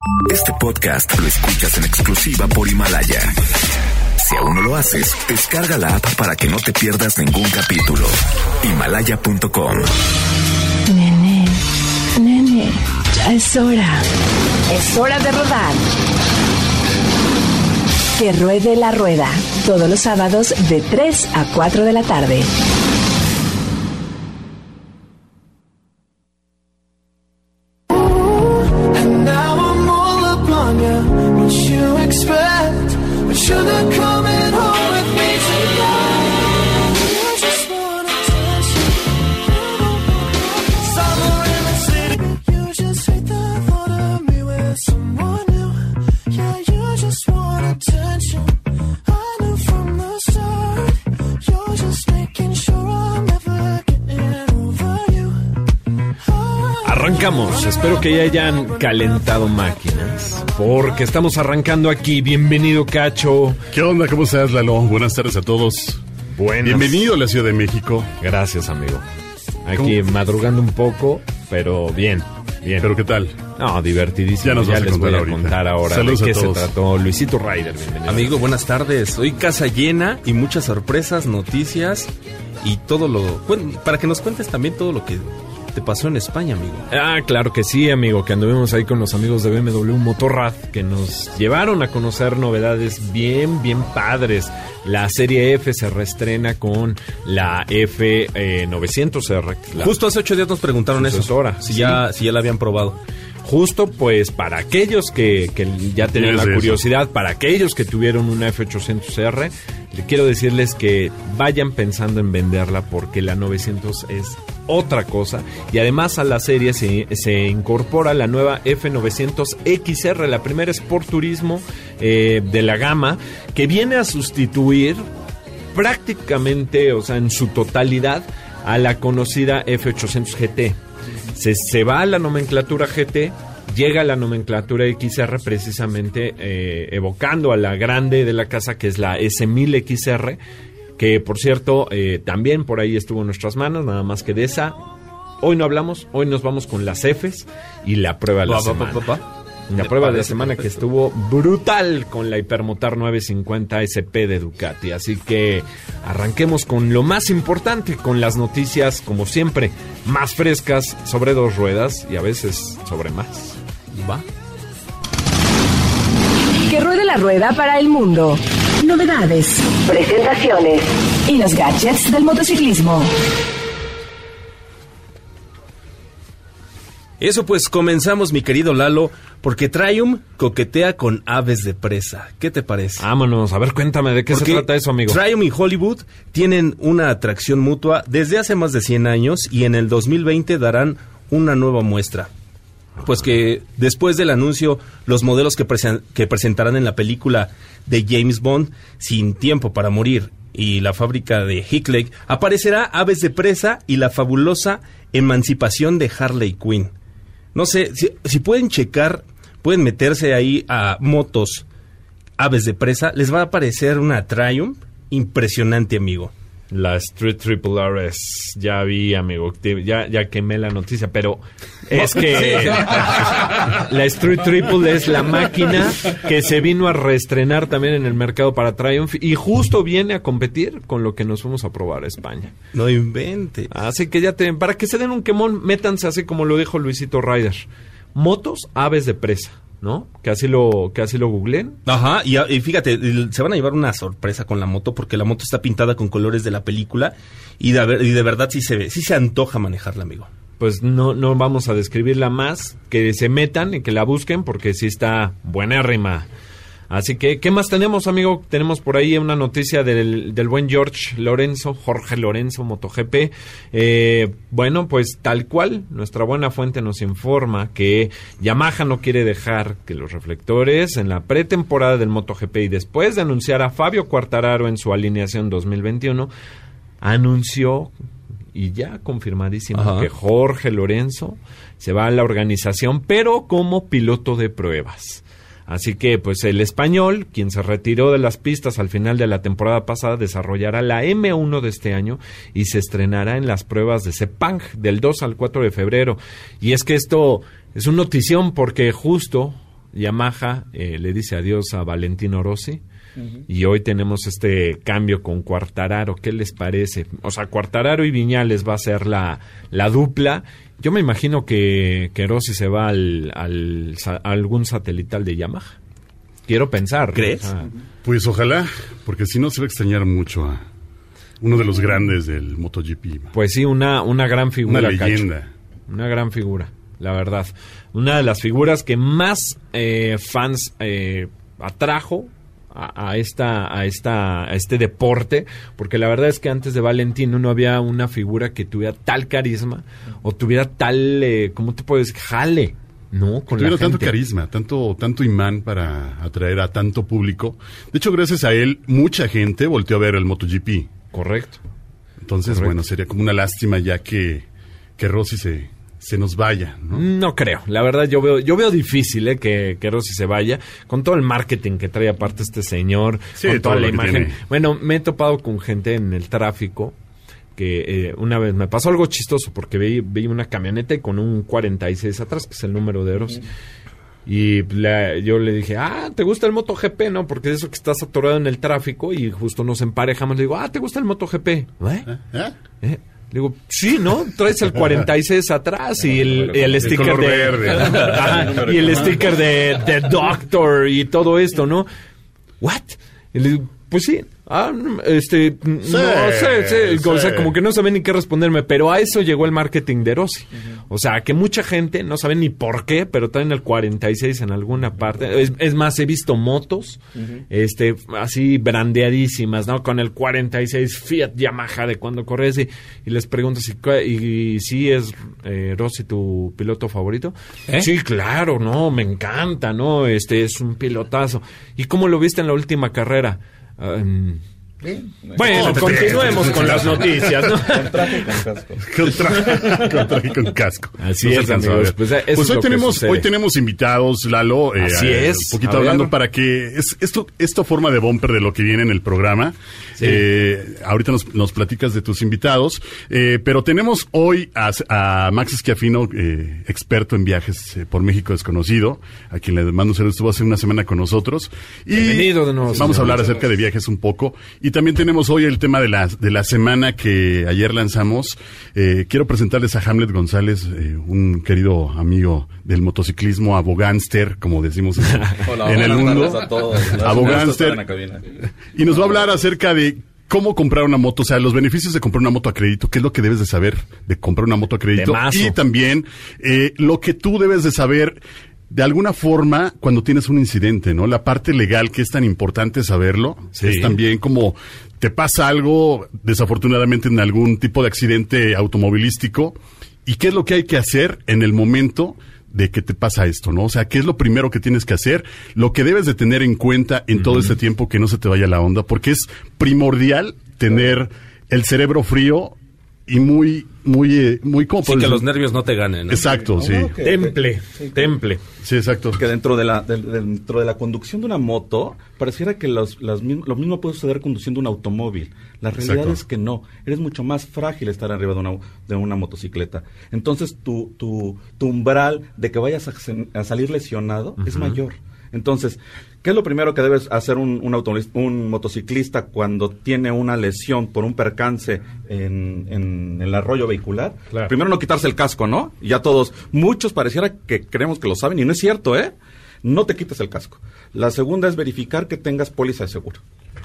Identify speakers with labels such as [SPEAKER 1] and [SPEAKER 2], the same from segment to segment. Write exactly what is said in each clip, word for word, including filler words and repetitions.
[SPEAKER 1] Este podcast lo escuchas en exclusiva por Himalaya. Si aún no lo haces, descarga la app para que no te pierdas ningún capítulo. Himalaya punto com.
[SPEAKER 2] Nene, nene, ya es hora. Es hora de rodar. Que ruede la rueda. Todos los sábados de tres a cuatro de la tarde.
[SPEAKER 3] Arrancamos, espero que ya hayan calentado máquinas, porque estamos arrancando aquí. Bienvenido, Cacho.
[SPEAKER 4] ¿Qué onda? ¿Cómo estás, Lalo? Buenas tardes a todos.
[SPEAKER 3] Buenas.
[SPEAKER 4] Bienvenido a la Ciudad de México.
[SPEAKER 3] Gracias, amigo. Aquí ¿Cómo? Madrugando un poco, pero bien, bien.
[SPEAKER 4] ¿Pero qué tal?
[SPEAKER 3] No, divertidísimo.
[SPEAKER 4] Ya nos
[SPEAKER 3] ya
[SPEAKER 4] vas a
[SPEAKER 3] les voy a
[SPEAKER 4] ahorita.
[SPEAKER 3] contar ahora
[SPEAKER 4] Saludos
[SPEAKER 3] de qué
[SPEAKER 4] a todos.
[SPEAKER 3] se trató. Luisito Ryder, bienvenido.
[SPEAKER 5] Amigo, buenas tardes. Hoy casa llena y muchas sorpresas, noticias y todo lo... Bueno, para que nos cuentes también todo lo que te pasó en España, amigo.
[SPEAKER 3] Ah, claro que sí, amigo, que anduvimos ahí con los amigos de B M W Motorrad, que nos llevaron a conocer novedades bien, bien padres. La serie F se reestrena con la F eh, novecientos R. La
[SPEAKER 5] Justo hace ocho días nos preguntaron eso.
[SPEAKER 3] sucesora.
[SPEAKER 5] Si,
[SPEAKER 3] Sí.
[SPEAKER 5] ya, si ya la habían probado.
[SPEAKER 3] Justo, pues, para aquellos que, que ya tenían
[SPEAKER 4] Sí,
[SPEAKER 3] la
[SPEAKER 4] sí,
[SPEAKER 3] curiosidad, eso. Para aquellos que tuvieron una F ochocientos R, le quiero decirles que vayan pensando en venderla, porque la novecientos es otra cosa. Y además a la serie se, se incorpora la nueva F novecientos X R, la primera Sport Turismo eh, de la gama, que viene a sustituir prácticamente, o sea, en su totalidad, a la conocida F ochocientos G T. Se, se va a la nomenclatura G T, llega a la nomenclatura X R precisamente eh, evocando a la grande de la casa, que es la S mil X R, que por cierto eh, también por ahí estuvo en nuestras manos, nada más que de esa hoy no hablamos, hoy nos vamos con las Fs y la prueba de la
[SPEAKER 5] Pa, pa,
[SPEAKER 3] semana.
[SPEAKER 5] pa, pa, pa.
[SPEAKER 3] La
[SPEAKER 5] Me
[SPEAKER 3] prueba de la
[SPEAKER 5] parece
[SPEAKER 3] semana
[SPEAKER 5] perfecto.
[SPEAKER 3] que estuvo brutal con la Hipermotar novecientos cincuenta S P de Ducati. Así que arranquemos con lo más importante, con las noticias, como siempre, más frescas sobre dos ruedas y a veces sobre más.
[SPEAKER 5] Va.
[SPEAKER 2] Que ruede la rueda para el mundo. Novedades, presentaciones y los gadgets del motociclismo.
[SPEAKER 5] Eso pues, comenzamos, mi querido Lalo, porque Triumph coquetea con aves de presa. ¿Qué te parece?
[SPEAKER 3] Vámonos, a ver, cuéntame, ¿de qué
[SPEAKER 5] Porque
[SPEAKER 3] se trata eso, amigo?
[SPEAKER 5] Triumph y Hollywood tienen una atracción mutua desde hace más de cien años y en el dos mil veinte darán una nueva muestra. Pues que después del anuncio, los modelos que, presen- que presentarán en la película de James Bond, Sin Tiempo para Morir, y la fábrica de Hickley, aparecerá Aves de Presa y la fabulosa emancipación de Harley Quinn. No sé, si, si pueden checar, pueden meterse ahí a motos Aves de Presa, les va a aparecer una Triumph impresionante, amigo.
[SPEAKER 3] La Street Triple R S, ya vi, amigo, te- ya, ya quemé la noticia, pero es que la Street Triple es la máquina que se vino a reestrenar también en el mercado para Triumph y justo viene a competir con lo que nos fuimos a probar a España.
[SPEAKER 5] No invente.
[SPEAKER 3] Así que ya te, para que se den un quemón, métanse así como lo dijo Luisito Ryder. Motos, aves de presa, ¿no? Que así lo, que así lo googleen.
[SPEAKER 5] Ajá, y, y fíjate, el- se van a llevar una sorpresa con la moto porque la moto está pintada con colores de la película y de, ver- y de verdad sí se ve, sí se antoja manejarla, amigo.
[SPEAKER 3] Pues no, no vamos a describirla más, que se metan y que la busquen porque sí está buenérrima. Así que, ¿qué más tenemos, amigo? Tenemos por ahí una noticia del, del buen George Lorenzo, Jorge Lorenzo, MotoGP. Eh, bueno, pues tal cual, nuestra buena fuente nos informa que Yamaha no quiere dejar que los reflectores en la pretemporada del MotoGP y después de anunciar a Fabio Quartararo en su alineación dos mil veintiuno, anunció, y ya confirmadísimo,
[SPEAKER 5] Ajá.
[SPEAKER 3] que Jorge Lorenzo se va a la organización, pero como piloto de pruebas. Así que, pues, el español, quien se retiró de las pistas al final de la temporada pasada, desarrollará la eme uno de este año y se estrenará en las pruebas de Sepang del dos al cuatro de febrero. Y es que esto es una notición porque justo Yamaha eh, le dice adiós a Valentino Rossi. Uh-huh. Y hoy tenemos este cambio con Quartararo. ¿Qué les parece? O sea, Quartararo y Viñales va a ser la, la dupla. Yo me imagino que, que Rossi se va al, al, a algún satelital de Yamaha. Quiero pensar.
[SPEAKER 5] ¿Crees?
[SPEAKER 3] O sea,
[SPEAKER 4] pues ojalá, porque si no se va a extrañar mucho a uno de los grandes del MotoGP.
[SPEAKER 3] Pues sí, una, una gran figura.
[SPEAKER 4] Una leyenda.
[SPEAKER 3] Cacho. Una gran figura, la verdad. Una de las figuras que más eh, fans eh, atrajo a, a esta a esta a este deporte, porque la verdad es que antes de Valentino no había una figura que tuviera tal carisma o tuviera tal eh, ¿cómo te puedes decir? Jale, ¿no? Con
[SPEAKER 4] tuviera
[SPEAKER 3] la gente.
[SPEAKER 4] Tanto carisma, tanto tanto imán para atraer a tanto público. De hecho, gracias a él mucha gente volteó a ver el MotoGP.
[SPEAKER 3] Correcto.
[SPEAKER 4] Entonces,
[SPEAKER 3] Correcto.
[SPEAKER 4] bueno, sería como una lástima ya que que Rossi se se nos vaya, ¿no?
[SPEAKER 3] No creo, la verdad yo veo yo veo difícil eh, que, que Rossi se vaya, con todo el marketing que trae aparte este señor,
[SPEAKER 4] sí,
[SPEAKER 3] con toda
[SPEAKER 4] todo
[SPEAKER 3] la
[SPEAKER 4] lo que
[SPEAKER 3] imagen.
[SPEAKER 4] tiene.
[SPEAKER 3] Bueno, me he topado con gente en el tráfico que eh, una vez me pasó algo chistoso porque vi, vi una camioneta y con un cuarenta y seis atrás, que es el número de Rossi. Uh-huh. Y la, yo le dije, ah, ¿te gusta el MotoGP? No, porque es eso que estás atorado en el tráfico y justo nos emparejamos. Le digo, ah, ¿te gusta el MotoGP? ¿Eh?
[SPEAKER 4] ¿Eh?
[SPEAKER 3] ¿Eh? Le digo, sí, ¿no? Traes el cuarenta y seis atrás y el, el,
[SPEAKER 4] el
[SPEAKER 3] sticker
[SPEAKER 4] color
[SPEAKER 3] de...
[SPEAKER 4] verde.
[SPEAKER 3] Ajá, y el sticker de, de Doctor y todo esto, ¿no? ¿What? Y le digo, pues sí. Ah, este...
[SPEAKER 4] Sí,
[SPEAKER 3] no sé, sí,
[SPEAKER 4] sí.
[SPEAKER 3] O sea, como que no saben ni qué responderme, pero a eso llegó el marketing de Rossi. Uh-huh. O sea, que mucha gente no sabe ni por qué, pero traen el cuarenta y seis en alguna parte. Es, es más, he visto motos, uh-huh. este, así brandeadísimas, ¿no? Con el cuarenta y seis Fiat Yamaha de cuando corres y, y les pregunto si y, si es eh, Rossi tu piloto favorito. ¿Eh? Sí, claro, no, me encanta, ¿no? Este es un pilotazo. ¿Y cómo lo viste en la última carrera? Um,
[SPEAKER 6] Bien.
[SPEAKER 3] Bueno,
[SPEAKER 4] no,
[SPEAKER 3] continuemos con las noticias, ¿no?
[SPEAKER 6] Con traje y con casco.
[SPEAKER 4] Con traje, con traje y con casco.
[SPEAKER 3] Así
[SPEAKER 4] No se
[SPEAKER 3] es,
[SPEAKER 4] alcanzó a
[SPEAKER 3] amigos.
[SPEAKER 4] ver.
[SPEAKER 3] Pues, eso
[SPEAKER 4] Pues
[SPEAKER 3] es
[SPEAKER 4] hoy
[SPEAKER 3] lo que
[SPEAKER 4] tenemos,
[SPEAKER 3] sucede.
[SPEAKER 4] hoy tenemos invitados, Lalo. eh,
[SPEAKER 3] Así
[SPEAKER 4] eh,
[SPEAKER 3] es.
[SPEAKER 4] Un poquito
[SPEAKER 3] A
[SPEAKER 4] hablando
[SPEAKER 3] ver.
[SPEAKER 4] para que es, esto, esto forma de bumper de lo que viene en el programa.
[SPEAKER 3] Sí.
[SPEAKER 4] Eh, ahorita nos, nos platicas de tus invitados, eh, pero tenemos hoy a, a Max Schiaffino, eh, experto en viajes eh, por México desconocido, a quien le mando un saludo. Estuvo hace una semana con nosotros. Y
[SPEAKER 3] Bienvenido de nuevo,
[SPEAKER 4] vamos
[SPEAKER 3] señor.
[SPEAKER 4] a hablar acerca de viajes un poco. Y también tenemos hoy el tema de la, de la semana que ayer lanzamos. Eh, quiero presentarles a Hamlet González, eh, un querido amigo del motociclismo, abogánster, como decimos en,
[SPEAKER 6] Hola,
[SPEAKER 4] en el
[SPEAKER 6] buenas
[SPEAKER 4] mundo.
[SPEAKER 6] tardes a todos. Gracias por
[SPEAKER 4] Abogánster.
[SPEAKER 6] estar en la cabina.
[SPEAKER 4] Y nos va a hablar acerca de cómo comprar una moto, o sea, los beneficios de comprar una moto a crédito, qué es lo que debes de saber de comprar una moto a crédito.
[SPEAKER 3] Temazo.
[SPEAKER 4] Y también eh, lo que tú debes de saber de alguna forma cuando tienes un incidente, ¿no? La parte legal, que es tan importante saberlo,
[SPEAKER 3] Sí.
[SPEAKER 4] es también como te pasa algo desafortunadamente en algún tipo de accidente automovilístico y qué es lo que hay que hacer en el momento de que te pasa esto, ¿no? O sea, ¿qué es lo primero que tienes que hacer? Lo que debes de tener en cuenta en todo este tiempo, que no se te vaya la onda, porque es primordial tener el cerebro frío y muy, muy, eh, muy como
[SPEAKER 5] Sí, que los nervios no te ganen, ¿no?
[SPEAKER 4] Exacto, sí.
[SPEAKER 6] No, que-
[SPEAKER 3] Temple,
[SPEAKER 6] Sí,
[SPEAKER 3] temple.
[SPEAKER 4] Sí, exacto.
[SPEAKER 6] Que dentro de la de- dentro de la conducción de una moto pareciera que los, las mism- lo mismo puede suceder conduciendo un automóvil. La realidad
[SPEAKER 4] Exacto.
[SPEAKER 6] es que no. Eres mucho más frágil estar arriba de una, de una motocicleta. Entonces tu, tu, tu umbral de que vayas a, sen- a salir lesionado es mayor. Entonces, ¿qué es lo primero que debes hacer un, un, automovilista- un motociclista cuando tiene una lesión por un percance en, en el arroyo vehicular?
[SPEAKER 3] Claro.
[SPEAKER 6] Primero no quitarse el casco, ¿no? Y ya todos, muchos pareciera que creemos que lo saben y no es cierto, ¿eh? No te quites el casco. La segunda es verificar que tengas póliza de seguro.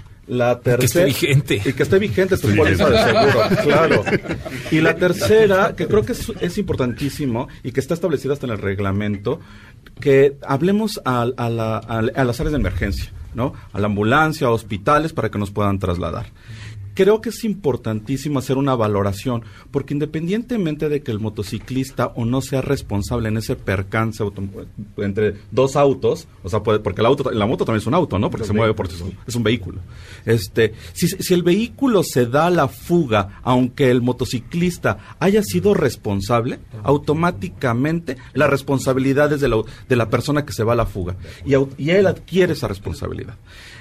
[SPEAKER 6] La tercera,
[SPEAKER 5] esté vigente.
[SPEAKER 6] Y que esté vigente tu
[SPEAKER 4] Esté
[SPEAKER 6] póliza de
[SPEAKER 4] vigente.
[SPEAKER 6] seguro, claro. Y la tercera, que creo que es, es importantísimo y que está establecida hasta en el reglamento, que hablemos a, a, la- a- a las áreas de emergencia, ¿no? A la ambulancia, a hospitales para que nos puedan trasladar. Creo que es importantísimo hacer una valoración, porque independientemente de que el motociclista o no sea responsable en ese percance auto- entre dos autos, o sea, puede, porque el auto, la moto también es un auto, ¿no? Porque se mueve por sí, es un vehículo. Este, si, si el vehículo se da a la fuga, aunque el motociclista haya sido responsable, automáticamente la responsabilidad es de la, de la persona que se va a la fuga y, au- y él adquiere esa responsabilidad.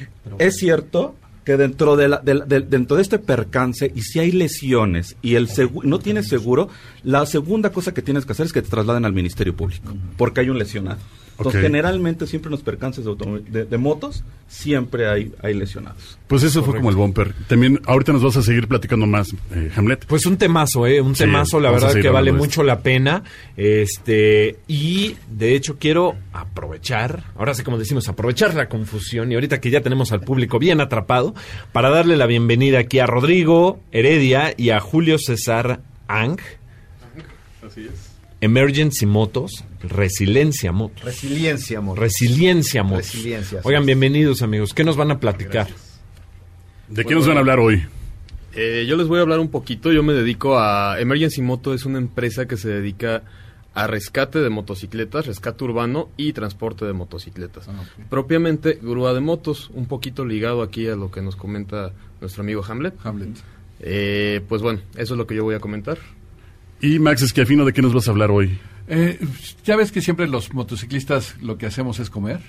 [SPEAKER 6] Es cierto que dentro de, la, de, la- de- dentro de este percance, y si hay lesiones y el segu- no tienes seguro, la segunda cosa que tienes que hacer es que te trasladen al Ministerio Público, porque hay un lesionado. Entonces,
[SPEAKER 4] Ok.
[SPEAKER 6] generalmente siempre en los percances de, automo- de, de motos, siempre hay, hay lesionados.
[SPEAKER 4] Pues eso fue como el bumper. También ahorita nos vas a seguir platicando más, eh, Hamlet.
[SPEAKER 3] Pues un temazo, ¿eh? Un
[SPEAKER 4] Sí,
[SPEAKER 3] temazo, la
[SPEAKER 4] vamos a
[SPEAKER 3] verdad
[SPEAKER 4] seguir
[SPEAKER 3] que vale
[SPEAKER 4] hablando de
[SPEAKER 3] mucho la pena. Este, y de hecho quiero aprovechar, ahora sí como decimos, aprovechar la confusión y ahorita que ya tenemos al público bien atrapado, para darle la bienvenida aquí a Rodrigo Heredia y a Julio César Ang.
[SPEAKER 7] Así es.
[SPEAKER 3] Emergency Motos, Resiliencia Motos.
[SPEAKER 8] Resiliencia, amor.
[SPEAKER 3] Resiliencia Motos.
[SPEAKER 8] Resiliencia, así
[SPEAKER 3] Oigan,
[SPEAKER 8] es.
[SPEAKER 3] bienvenidos amigos. ¿Qué nos van a platicar?
[SPEAKER 4] ¿De qué nos van a hablar hoy?
[SPEAKER 7] Eh, yo les voy a hablar un poquito. Yo me dedico a... Emergency Moto es una empresa que se dedica a rescate de motocicletas, rescate urbano y transporte de motocicletas.
[SPEAKER 8] Ah, okay.
[SPEAKER 7] Propiamente grúa de motos, un poquito ligado aquí a lo que nos comenta nuestro amigo Hamlet.
[SPEAKER 8] Hamlet.
[SPEAKER 7] Eh, pues bueno, eso es lo que yo voy a comentar.
[SPEAKER 4] Y Max Esquiafino, ¿de qué nos vas a hablar hoy?
[SPEAKER 9] Eh, ya ves que siempre los motociclistas lo que hacemos es comer.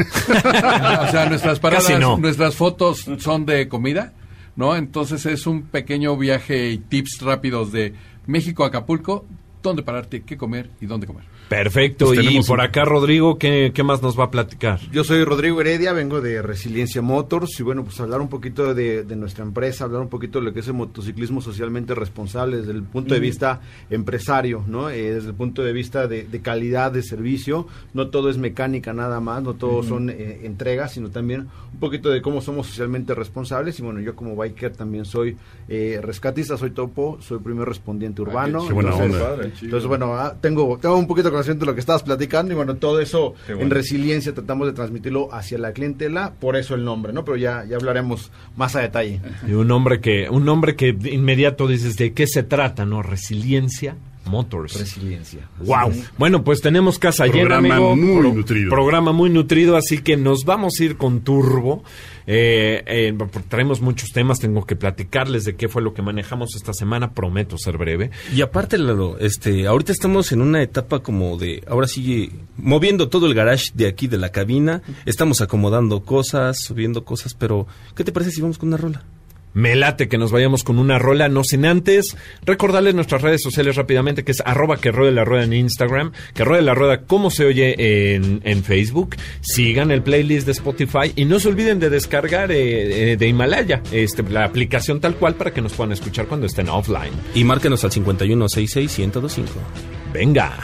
[SPEAKER 9] O sea, nuestras paradas,
[SPEAKER 3] Casi no.
[SPEAKER 9] nuestras fotos son de comida, ¿no? Entonces es un pequeño viaje y tips rápidos de México a Acapulco, dónde pararte, qué comer y dónde comer.
[SPEAKER 3] Perfecto.
[SPEAKER 4] Pues
[SPEAKER 3] y
[SPEAKER 4] tenemos
[SPEAKER 3] por
[SPEAKER 4] un-
[SPEAKER 3] acá, Rodrigo, ¿qué, qué más nos va a platicar?
[SPEAKER 8] Yo soy Rodrigo Heredia, vengo de Resiliencia Motors y bueno, pues hablar un poquito de, de nuestra empresa, hablar un poquito de lo que es el motociclismo socialmente responsable desde el punto de vista empresario, ¿no? Eh, desde el punto de vista de, de calidad de servicio, no todo es mecánica nada más, no todo son eh, entregas, sino también un poquito de cómo somos socialmente responsables y bueno, yo como biker también soy eh, rescatista, soy topo, soy primer respondiente urbano.
[SPEAKER 4] qué buena
[SPEAKER 8] entonces,
[SPEAKER 4] onda.
[SPEAKER 8] entonces, bueno, ah, tengo, tengo un poquito de conocimiento de lo que estabas platicando y bueno, todo eso
[SPEAKER 6] Qué
[SPEAKER 8] en
[SPEAKER 6] bueno.
[SPEAKER 8] Resiliencia tratamos de transmitirlo hacia la clientela, por eso el nombre, ¿no? Pero ya, ya hablaremos más a detalle.
[SPEAKER 3] Y un nombre que, un nombre que de inmediato dices de qué se trata, ¿no? Resiliencia Motors.
[SPEAKER 8] Resiliencia.
[SPEAKER 3] Wow. Bueno, pues tenemos casa llena,
[SPEAKER 4] Programa
[SPEAKER 3] amigo.
[SPEAKER 4] muy nutrido.
[SPEAKER 3] Programa muy nutrido, así que nos vamos a ir con turbo. Eh, eh, porque traemos muchos temas, tengo que platicarles de qué fue lo que manejamos esta semana. Prometo ser breve.
[SPEAKER 5] Y aparte, Lalo, este, ahorita estamos en una etapa como de, ahora sí, moviendo todo el garage de aquí de la cabina, estamos acomodando cosas, subiendo cosas, pero ¿qué te parece si vamos con una rola?
[SPEAKER 3] Me late que nos vayamos con una rola, no sin antes recordarles nuestras redes sociales rápidamente, que es arroba que ruede la rueda en Instagram, que ruede la rueda como se oye en, en Facebook. Sigan el playlist de Spotify y no se olviden de descargar eh, eh, de Himalaya este, la aplicación tal cual para que nos puedan escuchar cuando estén offline.
[SPEAKER 5] Y márquenos al cincuenta y uno sesenta y seis, ciento veinticinco.
[SPEAKER 3] Venga.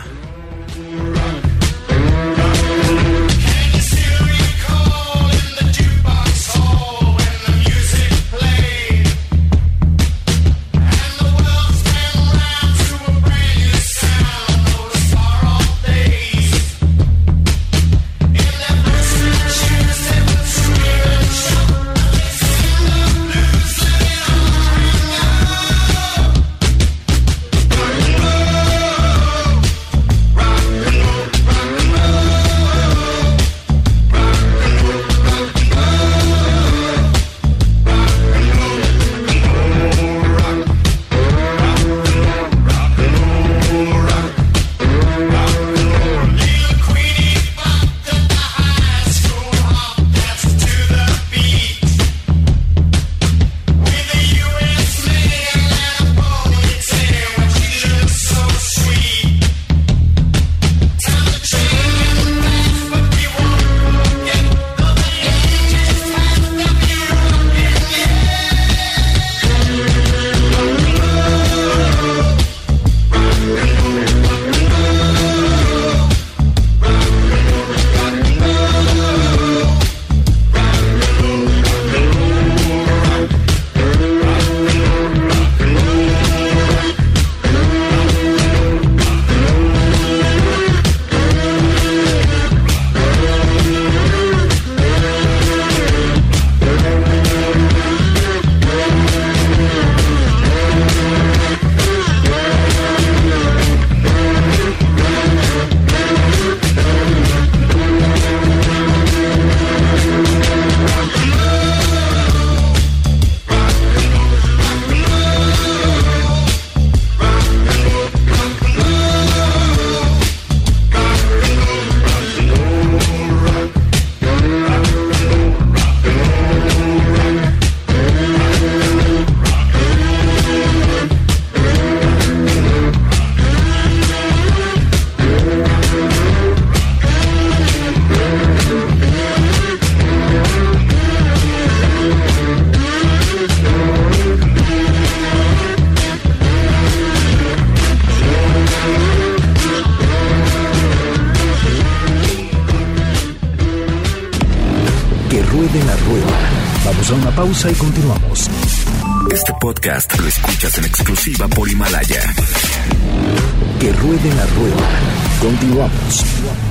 [SPEAKER 1] ruede la rueda. Vamos a una pausa y continuamos. Este podcast lo escuchas en exclusiva por Himalaya. Que ruede la rueda. Continuamos.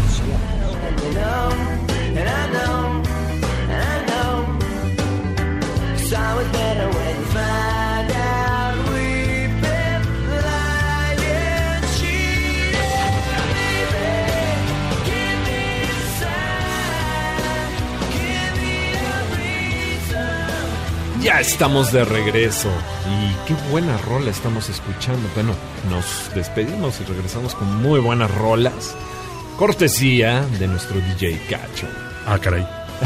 [SPEAKER 3] Ya estamos de regreso y qué buena rola estamos escuchando. Bueno, nos despedimos y regresamos con muy buenas rolas. Cortesía de nuestro D J Cacho.
[SPEAKER 4] Ah, caray.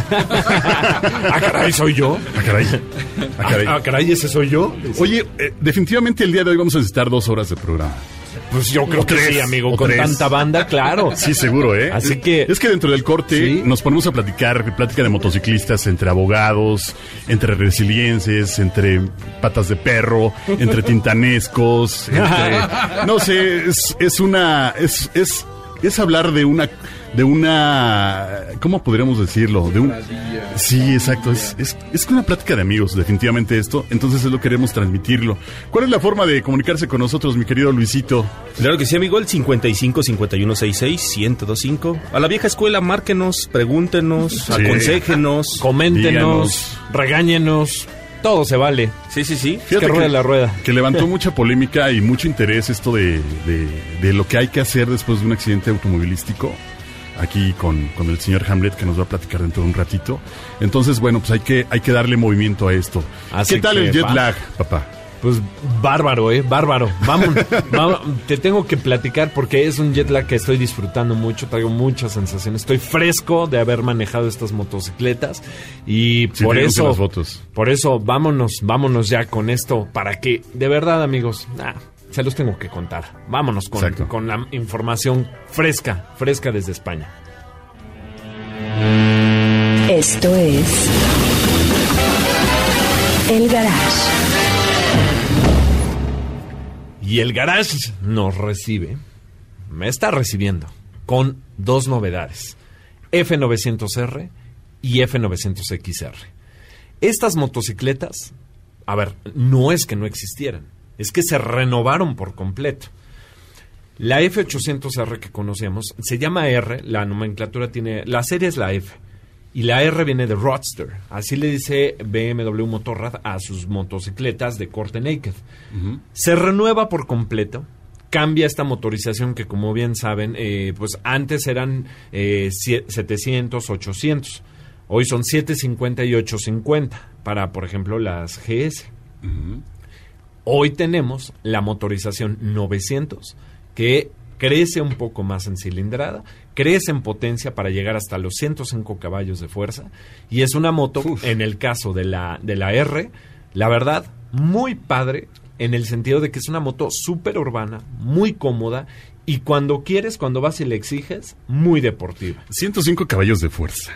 [SPEAKER 3] Ah, caray, ¿soy yo?
[SPEAKER 4] Ah, caray. Ah, caray.
[SPEAKER 3] Ah, caray, ¿ese soy yo?
[SPEAKER 4] Oye, eh, definitivamente el día de hoy vamos a necesitar dos horas de programa.
[SPEAKER 3] Pues yo creo que
[SPEAKER 4] tres,
[SPEAKER 3] sí, amigo,
[SPEAKER 4] o
[SPEAKER 3] con
[SPEAKER 4] tres.
[SPEAKER 3] tanta banda, claro.
[SPEAKER 4] Sí, seguro, ¿eh?
[SPEAKER 3] Así que...
[SPEAKER 4] Es que dentro del corte
[SPEAKER 3] ¿sí?
[SPEAKER 4] nos ponemos a platicar, plática de motociclistas entre abogados, entre resilienses, entre patas de perro, entre tintanescos, entre... No sé, es, es una... Es, es, es hablar de una... De una... ¿Cómo podríamos decirlo? De un... Sí, exacto. Es, es, es una plática de amigos, definitivamente esto. Entonces es lo que queremos transmitirlo. ¿Cuál es la forma de comunicarse con nosotros, mi querido Luisito?
[SPEAKER 5] Claro que sí, amigo, el cincuenta y cinco, cincuenta y uno, sesenta y seis, ciento veinticinco. A la vieja escuela, márquenos, pregúntenos,
[SPEAKER 4] Sí.
[SPEAKER 5] aconséjenos.
[SPEAKER 3] Coméntenos,
[SPEAKER 4] Díganos.
[SPEAKER 3] regáñenos, todo se vale.
[SPEAKER 5] Sí, sí, sí.
[SPEAKER 3] Que ruede la rueda.
[SPEAKER 4] Que levantó mucha polémica y mucho interés esto de, de, de lo que hay que hacer después de un accidente automovilístico. Aquí con, con el señor Hamlet, que nos va a platicar dentro de un ratito. Entonces, bueno, pues hay que, hay que darle movimiento a esto.
[SPEAKER 3] Así
[SPEAKER 4] ¿Qué tal
[SPEAKER 3] que
[SPEAKER 4] el jet
[SPEAKER 3] va.
[SPEAKER 4] lag, papá?
[SPEAKER 3] Pues bárbaro, eh, bárbaro. Vamos, vamos, te tengo que platicar porque es un jet lag que estoy disfrutando mucho, traigo muchas sensaciones. Estoy fresco de haber manejado estas motocicletas y
[SPEAKER 4] Sí,
[SPEAKER 3] por
[SPEAKER 4] tenemos
[SPEAKER 3] eso,
[SPEAKER 4] las fotos.
[SPEAKER 3] por eso vámonos, vámonos ya con esto para que, de verdad, amigos, nah, se los tengo que contar. Vámonos con,
[SPEAKER 4] Exacto.
[SPEAKER 3] con la información fresca, fresca desde España.
[SPEAKER 2] Esto es El Garage.
[SPEAKER 3] Y el Garage nos recibe, me está recibiendo, con dos novedades, F novecientos R y F novecientos X R. Estas motocicletas, a ver, no es que no existieran, es que se renovaron por completo. La F ochocientos R que conocemos se llama R, la nomenclatura tiene, la serie es la F, y la R viene de Roadster, así le dice B M W Motorrad a sus motocicletas de corte naked. Uh-huh. Se renueva por completo, cambia esta motorización que, como bien saben, eh, pues antes eran eh, setecientos, ochocientos, hoy son setecientos cincuenta y ochocientos cincuenta para, por ejemplo, las G S. Uh-huh. Hoy tenemos la motorización novecientos, que crece un poco más en cilindrada, crece en potencia para llegar hasta los ciento cinco caballos de fuerza, y es una moto, Uf. en el caso de la, de la R, la verdad, muy padre, en el sentido de que es una moto súper urbana, muy cómoda, y cuando quieres, cuando vas y le exiges, muy deportiva.
[SPEAKER 4] ciento cinco caballos de fuerza.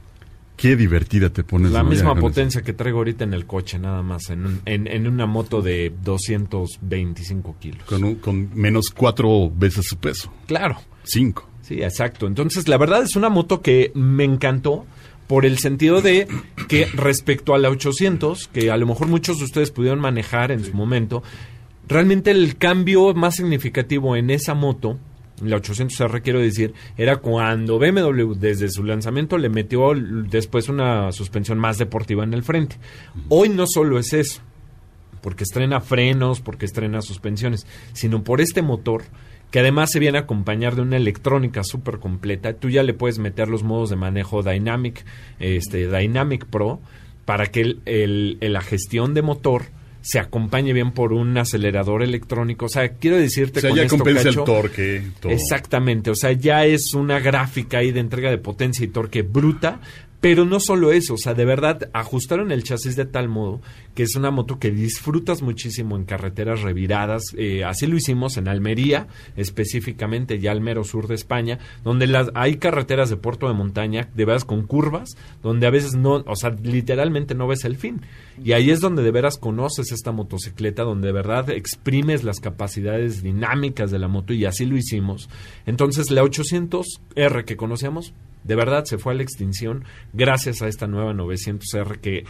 [SPEAKER 4] Qué divertida te pones.
[SPEAKER 3] La
[SPEAKER 4] ¿no?
[SPEAKER 3] misma
[SPEAKER 4] ya,
[SPEAKER 3] potencia que traigo ahorita en el coche, nada más, en, un, en, en una moto de doscientos veinticinco kilos.
[SPEAKER 4] Con, un, con menos cuatro veces su peso.
[SPEAKER 3] Claro.
[SPEAKER 4] Cinco.
[SPEAKER 3] Sí, exacto. Entonces, la verdad es una moto que me encantó por el sentido de que respecto a la ochocientos, que a lo mejor muchos de ustedes pudieron manejar en su momento, realmente el cambio más significativo en esa moto, la ochocientos R quiero decir, era cuando B M W desde su lanzamiento le metió después una suspensión más deportiva en el frente. Hoy no solo es eso, porque estrena frenos, porque estrena suspensiones, sino por este motor que además se viene a acompañar de una electrónica súper completa. Tú ya le puedes meter los modos de manejo Dynamic, este Dynamic Pro, para que el, el, el, la gestión de motor se acompañe bien por un acelerador electrónico. O sea, quiero decirte,
[SPEAKER 4] o sea,
[SPEAKER 3] con
[SPEAKER 4] ya
[SPEAKER 3] esto,
[SPEAKER 4] compensa
[SPEAKER 3] Cacho,
[SPEAKER 4] el torque. Todo.
[SPEAKER 3] Exactamente, o sea, ya es una gráfica ahí de entrega de potencia y torque bruta, pero no solo eso, o sea, de verdad ajustaron el chasis de tal modo que es una moto que disfrutas muchísimo en carreteras reviradas. Eh, así lo hicimos en Almería, específicamente ya al mero sur de España, donde las, hay carreteras de puerto de montaña, de veras con curvas, donde a veces no, o sea, literalmente no ves el fin. Y ahí es donde de veras conoces esta motocicleta, donde de verdad exprimes las capacidades dinámicas de la moto, y así lo hicimos. Entonces, la ochocientos R que conocíamos, de verdad se fue a la extinción gracias a esta nueva novecientos R que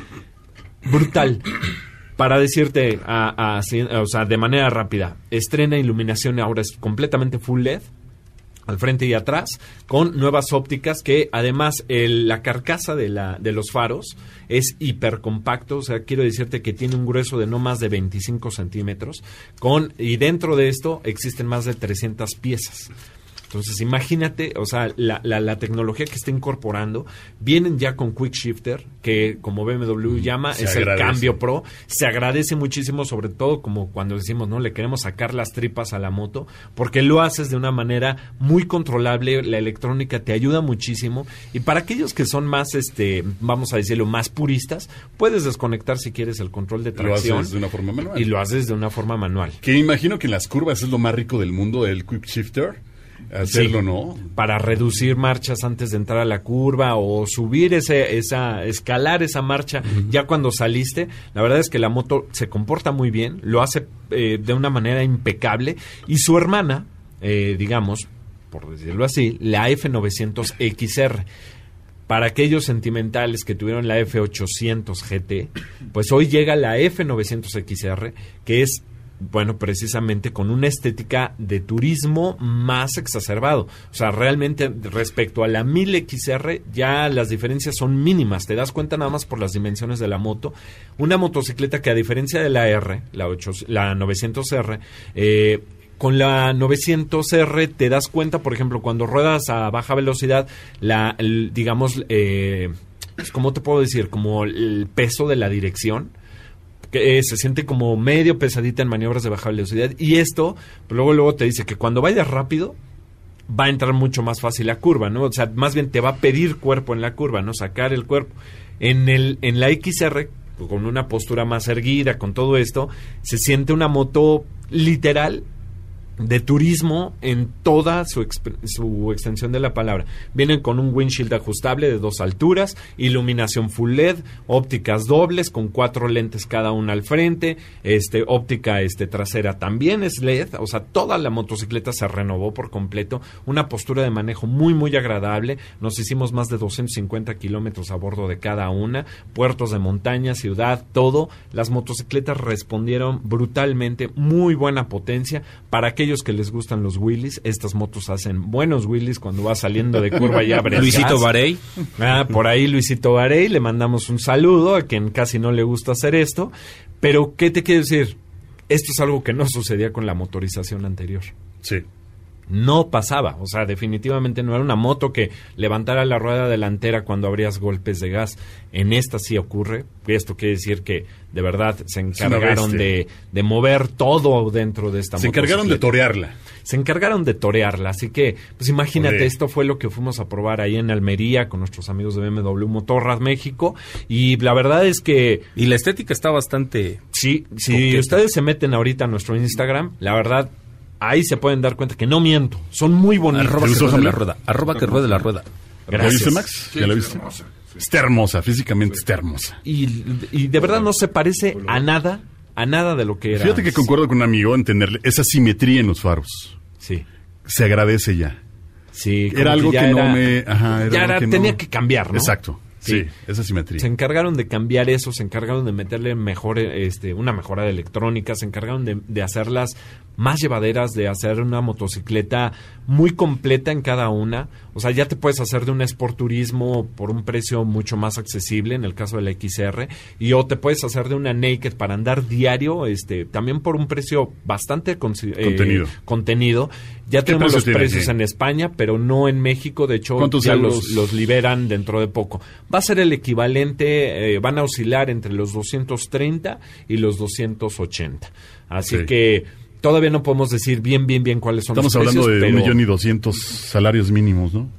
[SPEAKER 3] brutal. Para decirte, a, a, a, o sea, de manera rápida, estrena iluminación ahora es completamente full L E D, al frente y atrás, con nuevas ópticas que además el, la carcasa de, la, de los faros es hipercompacto, o sea, quiero decirte que tiene un grueso de no más de veinticinco centímetros, con, y dentro de esto existen más de trescientas piezas. Entonces, imagínate, o sea, la, la, la tecnología que está incorporando, vienen ya con Quick Shifter, que como B M W llama,
[SPEAKER 4] se
[SPEAKER 3] es
[SPEAKER 4] agradece.
[SPEAKER 3] el cambio pro. Se agradece muchísimo, sobre todo como cuando decimos, ¿no? Le queremos sacar las tripas a la moto, porque lo haces de una manera muy controlable, la electrónica te ayuda muchísimo. Y para aquellos que son más, este, vamos a decirlo, más puristas, puedes desconectar si quieres el control de tracción.
[SPEAKER 4] Lo haces de una forma manual.
[SPEAKER 3] Y lo haces de una forma manual.
[SPEAKER 4] Que imagino que en las curvas es lo más rico del mundo, el Quick Shifter. Hacerlo,
[SPEAKER 3] Sí,
[SPEAKER 4] ¿no?
[SPEAKER 3] para reducir marchas antes de entrar a la curva o subir ese, esa, escalar esa marcha uh-huh. ya cuando saliste. La verdad es que la moto se comporta muy bien, lo hace eh, de una manera impecable y su hermana, eh, digamos, por decirlo así, la F novecientos X R. Para aquellos sentimentales que tuvieron la F ochocientos G T, pues hoy llega la F novecientos X R, que es bueno, precisamente con una estética de turismo más exacerbado. O sea, realmente respecto a la mil X R ya las diferencias son mínimas. Te das cuenta nada más por las dimensiones de la moto. Una motocicleta que a diferencia de la R, la, ocho, la novecientos R, eh, con la novecientos R te das cuenta, por ejemplo, cuando ruedas a baja velocidad, la, el, digamos, eh, ¿cómo te puedo decir? Como el peso de la dirección, que eh, se siente como medio pesadita en maniobras de baja velocidad, y esto pues luego luego te dice que cuando vayas rápido va a entrar mucho más fácil la curva, ¿no? O sea, más bien te va a pedir cuerpo en la curva, ¿no? Sacar el cuerpo. En el en la X R, con una postura más erguida, con todo esto, se siente una moto literal de turismo en toda su, exp- su extensión de la palabra. Vienen con un windshield ajustable de dos alturas, iluminación full L E D, ópticas dobles con cuatro lentes cada una al frente, este óptica este trasera también es L E D, o sea, toda la motocicleta se renovó por completo, una postura de manejo muy muy agradable. Nos hicimos más de doscientos cincuenta kilómetros a bordo de cada una, puertos de montaña, ciudad, todo. Las motocicletas respondieron brutalmente, muy buena potencia. Para aquellos que les gustan los wheelies, estas motos hacen buenos wheelies cuando va saliendo de curva y abre
[SPEAKER 5] Luisito
[SPEAKER 3] gas.
[SPEAKER 5] Varey.
[SPEAKER 3] Ah, por ahí Luisito Varey, le mandamos un saludo a quien casi no le gusta hacer esto. Pero, ¿qué te quiero decir? Esto es algo que no sucedía con la motorización anterior.
[SPEAKER 4] Sí.
[SPEAKER 3] No pasaba, o sea, definitivamente no era una moto que levantara la rueda delantera cuando abrías golpes de gas. En esta sí ocurre. Esto quiere decir que de verdad se encargaron de, de mover todo dentro de esta moto.
[SPEAKER 4] Se encargaron de torearla.
[SPEAKER 3] Se encargaron de torearla, así que, pues imagínate,
[SPEAKER 4] Joder.
[SPEAKER 3] Esto fue lo que fuimos a probar ahí en Almería con nuestros amigos de B M W Motorrad México, y la verdad es que...
[SPEAKER 5] Y la estética está bastante...
[SPEAKER 3] Sí, si
[SPEAKER 5] coqueta.
[SPEAKER 3] Ustedes se meten ahorita a nuestro Instagram, la verdad... Ahí se pueden dar cuenta que no miento. Son muy bonitos.
[SPEAKER 5] Arroba que ruede la rueda. Arroba que ruede la rueda.
[SPEAKER 4] ¿Ya viste, Max?
[SPEAKER 9] Sí,
[SPEAKER 4] ¿Ya la
[SPEAKER 9] sí,
[SPEAKER 4] viste?
[SPEAKER 9] hermosa, sí.
[SPEAKER 4] Está hermosa, físicamente está hermosa.
[SPEAKER 3] Y, y de verdad no se parece a nada, a nada de lo que era.
[SPEAKER 4] Fíjate que concuerdo con un amigo en tener esa simetría en los faros.
[SPEAKER 3] Sí.
[SPEAKER 4] Se agradece ya.
[SPEAKER 3] Sí.
[SPEAKER 4] Era algo
[SPEAKER 3] ya
[SPEAKER 4] que
[SPEAKER 3] era-
[SPEAKER 4] no me... Ajá, era
[SPEAKER 3] ya
[SPEAKER 4] algo
[SPEAKER 3] era-
[SPEAKER 4] que no-
[SPEAKER 3] tenía que cambiar, ¿no?
[SPEAKER 4] Exacto. Sí, esa simetría.
[SPEAKER 3] Se encargaron de cambiar eso, se encargaron de meterle mejor, este, una mejora de electrónica, se encargaron de, de hacerlas más llevaderas, de hacer una motocicleta muy completa en cada una. O sea, ya te puedes hacer de un Sport Turismo por un precio mucho más accesible, en el caso de la X R, y o te puedes hacer de una Naked para andar diario, este, también por un precio bastante consi- eh,
[SPEAKER 4] Contenido.
[SPEAKER 3] contenido. Ya
[SPEAKER 4] ¿Qué
[SPEAKER 3] tenemos
[SPEAKER 4] precio
[SPEAKER 3] los
[SPEAKER 4] tiene?
[SPEAKER 3] precios
[SPEAKER 4] Sí.
[SPEAKER 3] en España, pero no en México. De hecho,
[SPEAKER 4] ¿Cuántos
[SPEAKER 3] ya
[SPEAKER 4] euros?
[SPEAKER 3] los, los liberan dentro de poco. Va a ser el equivalente, eh, van a oscilar entre los doscientos treinta y los doscientos ochenta. Así
[SPEAKER 4] Sí.
[SPEAKER 3] que todavía no podemos decir bien, bien, bien cuáles son
[SPEAKER 4] Estamos
[SPEAKER 3] los precios.
[SPEAKER 4] hablando de un
[SPEAKER 3] pero
[SPEAKER 4] millón y doscientos salarios mínimos, ¿no?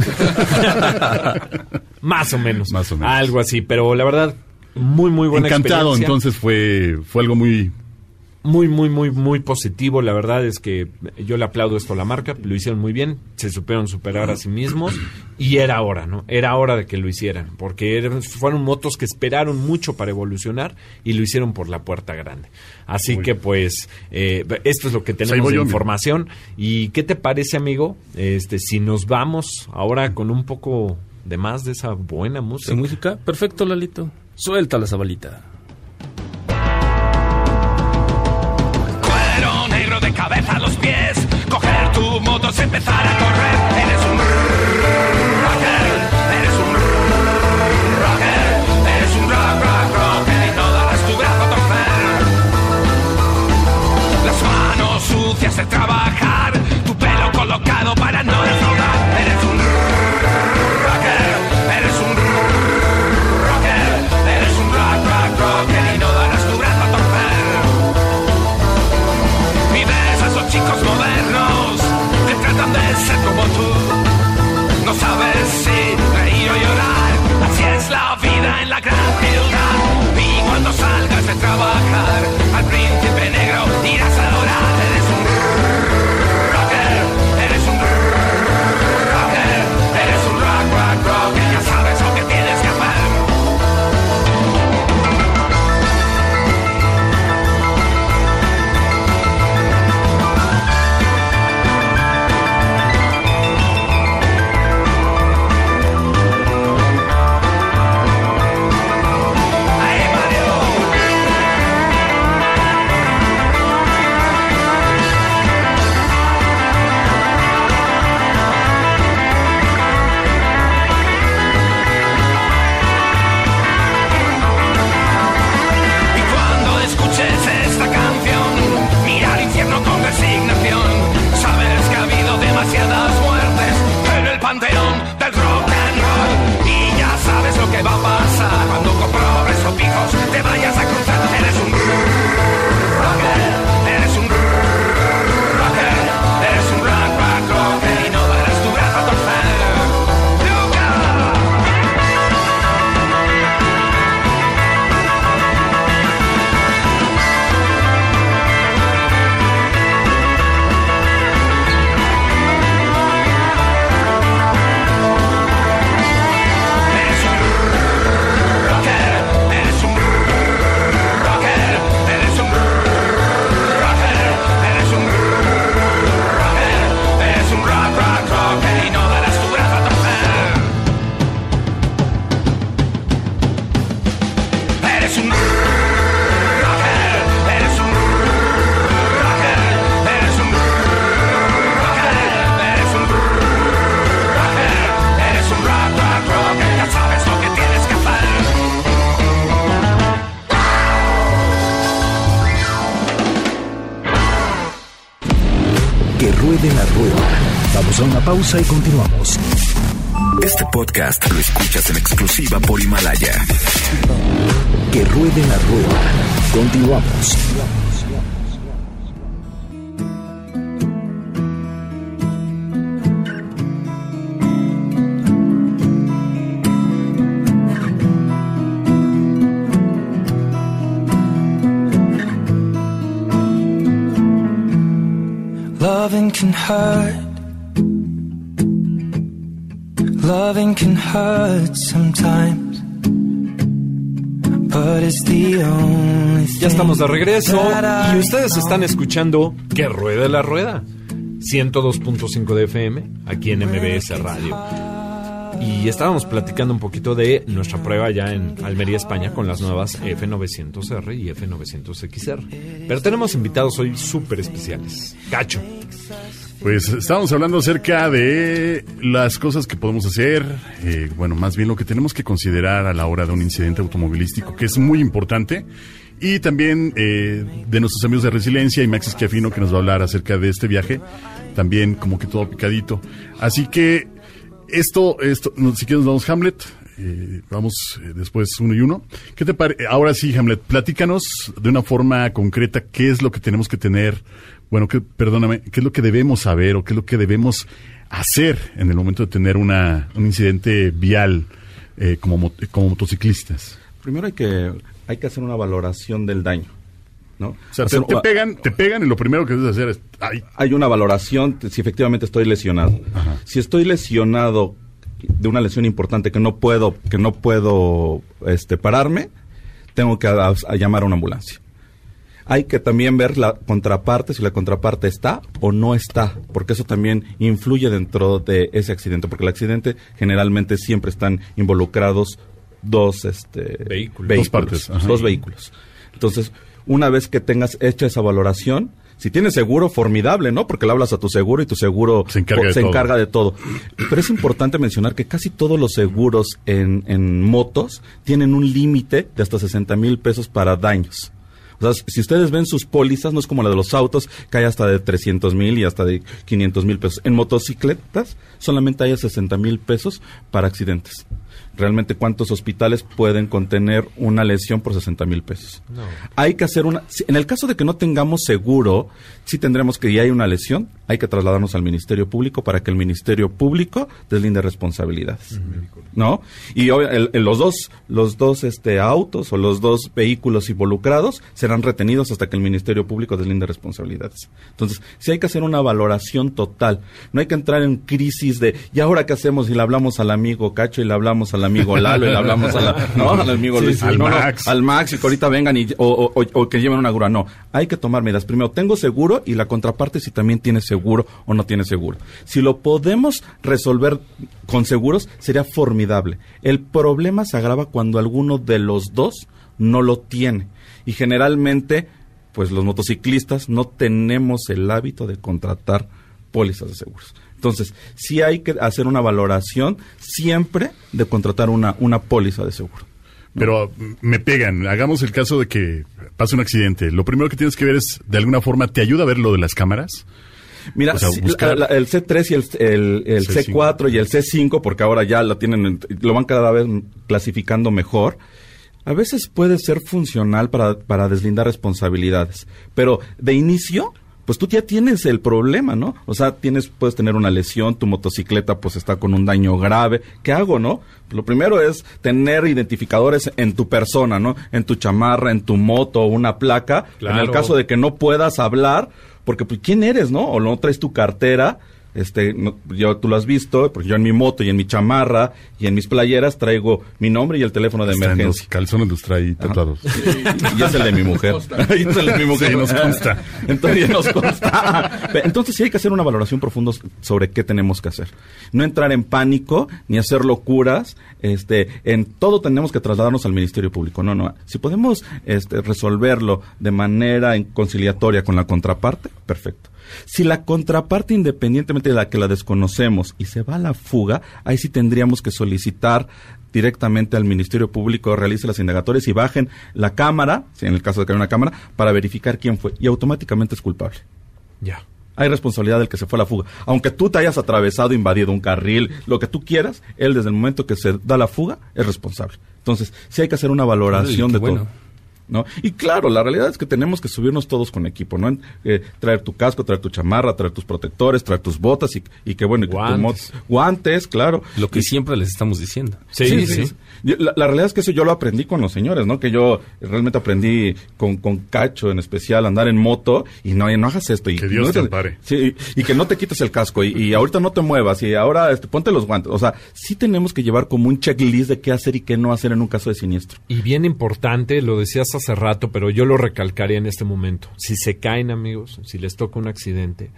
[SPEAKER 3] más o menos.
[SPEAKER 4] Más o menos.
[SPEAKER 3] Algo así, pero la verdad, muy, muy buena
[SPEAKER 4] Encantado,
[SPEAKER 3] experiencia.
[SPEAKER 4] entonces fue, fue algo muy,
[SPEAKER 3] muy, muy, muy, muy positivo. La verdad es que yo le aplaudo esto a la marca. Lo hicieron muy bien, se supieron superar a sí mismos y era hora, ¿no? Era hora de que lo hicieran, porque eran, fueron motos que esperaron mucho para evolucionar y lo hicieron por la puerta grande. Así muy que bien. pues eh, esto es lo que tenemos de yo, información. Amigo. ¿Y qué te parece, amigo? Este, si nos vamos ahora con un poco de más de esa buena música.
[SPEAKER 5] ¿De música? Perfecto, Lalito. Suelta la zabalita.
[SPEAKER 10] De cabeza a los pies, coger tu moto y empezar a correr. Eres un rocker, eres un rocker, eres un rock, rock, rocker y no darás tu brazo a torcer. Las manos sucias de trabajar, tu pelo colocado para no defraudar. Eres un rocker, eres un rocker, eres un rock, rock, rocker y no darás tu brazo a torcer. Chicos modernos te tratan de ser como tú. No sabes si reír o llorar. Así es la vida en la gran ciudad. Y cuando salgas de trabajar, al príncipe negro irás a adorar. Eres un rocker, eres un rocker, eres un rock, rock, rock. Y ya sabes lo que tienes que hacer. Demasiadas muertes en el panteón del rock and roll. Y ya sabes lo que va a pasar cuando con pobres o pijos te vayas a cruzar. Eres un rocker, eres un rocker, eres un rock, rock, rocker y no darás tu brazo a torcer.
[SPEAKER 1] Ruede la rueda. Vamos a una pausa y continuamos. Este podcast lo escuchas en exclusiva por Himalaya. Que ruede la rueda. Continuamos.
[SPEAKER 11] Loving can hurt. Loving can hurt sometimes. But it's the only thing.
[SPEAKER 3] Ya estamos de regreso y ustedes están escuchando Que Ruede la Rueda. ciento dos punto cinco de F M aquí en M B S Radio. Y estábamos platicando un poquito de nuestra prueba ya en Almería, España, con las nuevas F novecientos R y F novecientos X R. Pero tenemos invitados hoy súper especiales. Cacho.
[SPEAKER 4] Pues estábamos hablando acerca de las cosas que podemos hacer, eh, bueno, más bien lo que tenemos que considerar a la hora de un incidente automovilístico, que es muy importante. Y también eh, de nuestros amigos de Resiliencia y Max Schiaffino, que nos va a hablar acerca de este viaje, también como que todo picadito. Así que esto, esto si quieres nos vamos Hamlet, eh, vamos eh, después uno y uno. ¿Qué te pare- Ahora sí, Hamlet, platícanos de una forma concreta qué es lo que tenemos que tener, bueno, que, perdóname, qué es lo que debemos saber o qué es lo que debemos hacer en el momento de tener una, un incidente vial eh, como, como motociclistas.
[SPEAKER 6] Primero hay que, hay que hacer una valoración del daño, ¿no?
[SPEAKER 4] O sea, te, te pegan, te pegan y lo primero que debes hacer es... Ay.
[SPEAKER 6] Hay una valoración si efectivamente estoy lesionado. Ajá. Si estoy lesionado de una lesión importante que no puedo, que no puedo este, pararme, tengo que a, a llamar a una ambulancia. Hay que también ver la contraparte, si la contraparte está o no está, porque eso también influye dentro de ese accidente, porque el accidente generalmente siempre están involucrados dos este,
[SPEAKER 3] vehículos,
[SPEAKER 6] vehículos
[SPEAKER 4] dos partes, ajá.
[SPEAKER 6] dos vehículos. Entonces, una vez que tengas hecha esa valoración, si tienes seguro, formidable, ¿no? Porque le hablas a tu seguro y tu seguro
[SPEAKER 4] se encarga, de,
[SPEAKER 6] se
[SPEAKER 4] todo.
[SPEAKER 6] encarga de todo. Pero es importante mencionar que casi todos los seguros en, en motos tienen un límite de hasta sesenta mil pesos para daños. O sea, si ustedes ven sus pólizas, no es como la de los autos, que hay hasta de trescientos mil y hasta de quinientos mil pesos. En motocicletas solamente hay sesenta mil pesos para accidentes. Realmente, ¿cuántos hospitales pueden contener una lesión por sesenta mil pesos? No. Hay que hacer una... En el caso de que no tengamos seguro, sí tendremos que, y hay una lesión, hay que trasladarnos al Ministerio Público para que el Ministerio Público deslinde responsabilidades, uh-huh. ¿no? Y el, el, los dos, los dos este, autos o los dos vehículos involucrados serán retenidos hasta que el Ministerio Público deslinde responsabilidades. Entonces, sí hay que hacer una valoración total. No hay que entrar en crisis de, ¿y ahora qué hacemos? Y le hablamos al amigo Cacho y le hablamos al amigo Lalo y le hablamos a la, ¿no? al amigo sí, Luis,
[SPEAKER 4] al,
[SPEAKER 6] no,
[SPEAKER 4] Max.
[SPEAKER 6] No, al Max y que ahorita vengan y, o, o, o que lleven una grúa. No, hay que tomar medidas. Primero, tengo seguro y la contraparte si también tiene seguro o no tiene seguro. Si lo podemos resolver con seguros, sería formidable. El problema se agrava cuando alguno de los dos no lo tiene. Y generalmente, pues los motociclistas no tenemos el hábito de contratar pólizas de seguros. Entonces, sí hay que hacer una valoración siempre de contratar una, una póliza de seguro. ¿No?
[SPEAKER 4] Pero me pegan. Hagamos el caso de que pase un accidente. Lo primero que tienes que ver es, de alguna forma, ¿te ayuda a ver lo de las cámaras?
[SPEAKER 6] Mira, o sea, sí, buscar... la, la, el C tres y el, el, el C cuatro y el C cinco, porque ahora ya lo tienen, lo van cada vez clasificando mejor. A veces puede ser funcional para, para deslindar responsabilidades. Pero de inicio... pues tú ya tienes el problema, ¿no? O sea, tienes, puedes tener una lesión, tu motocicleta pues está con un daño grave. ¿Qué hago, no? Lo primero es tener identificadores en tu persona, ¿no? En tu chamarra, en tu moto, una placa. Claro. En el caso de que no puedas hablar, porque pues, ¿quién eres, no? O no traes tu cartera. Este, no, yo, tú lo has visto, porque yo en mi moto y en mi chamarra y en mis playeras traigo mi nombre y el teléfono de emergencia. Los
[SPEAKER 4] calzones los trae tatuados.
[SPEAKER 6] Y es el de mi mujer. Y es el de mi mujer.
[SPEAKER 4] Sí, nos consta.
[SPEAKER 6] Entonces, nos consta. Entonces sí hay que hacer una valoración profunda sobre qué tenemos que hacer. No entrar en pánico, ni hacer locuras. Este, en todo tenemos que trasladarnos al Ministerio Público. No, no. Si podemos este, resolverlo de manera conciliatoria con la contraparte, perfecto. Si la contraparte, independientemente de la que la desconocemos y se va a la fuga, ahí sí tendríamos que solicitar directamente al Ministerio Público, realice las indagatorias y bajen la cámara, si en el caso de que haya una cámara, para verificar quién fue. Y automáticamente es culpable.
[SPEAKER 3] Ya.
[SPEAKER 6] Hay responsabilidad del que se fue a la fuga. Aunque tú te hayas atravesado, invadido un carril, lo que tú quieras, él desde el momento que se da la fuga es responsable. Entonces, sí hay que hacer una valoración Uy, de bueno. todo. ¿No? Y claro, la realidad es que tenemos que subirnos todos con equipo, ¿no? Eh, traer tu casco, traer tu chamarra, traer tus protectores, traer tus botas y, y que bueno, y guantes. Que tu guantes, claro.
[SPEAKER 5] Lo que
[SPEAKER 6] y,
[SPEAKER 5] siempre les estamos diciendo.
[SPEAKER 6] Sí, sí. sí. sí. La, la realidad es que eso yo lo aprendí con los señores, ¿no? Que yo realmente aprendí con, con Cacho en especial, andar en moto y no, no hagas esto. Y
[SPEAKER 4] que Dios
[SPEAKER 6] no
[SPEAKER 4] te ampare.
[SPEAKER 6] Sí, y, y que no te quites el casco y, y ahorita no te muevas y ahora este, ponte los guantes. O sea, sí tenemos que llevar como un checklist de qué hacer y qué no hacer en un caso de siniestro.
[SPEAKER 3] Y bien importante, lo decías hace rato, pero yo lo recalcaría en este momento. Si se caen, amigos, si les toca un accidente,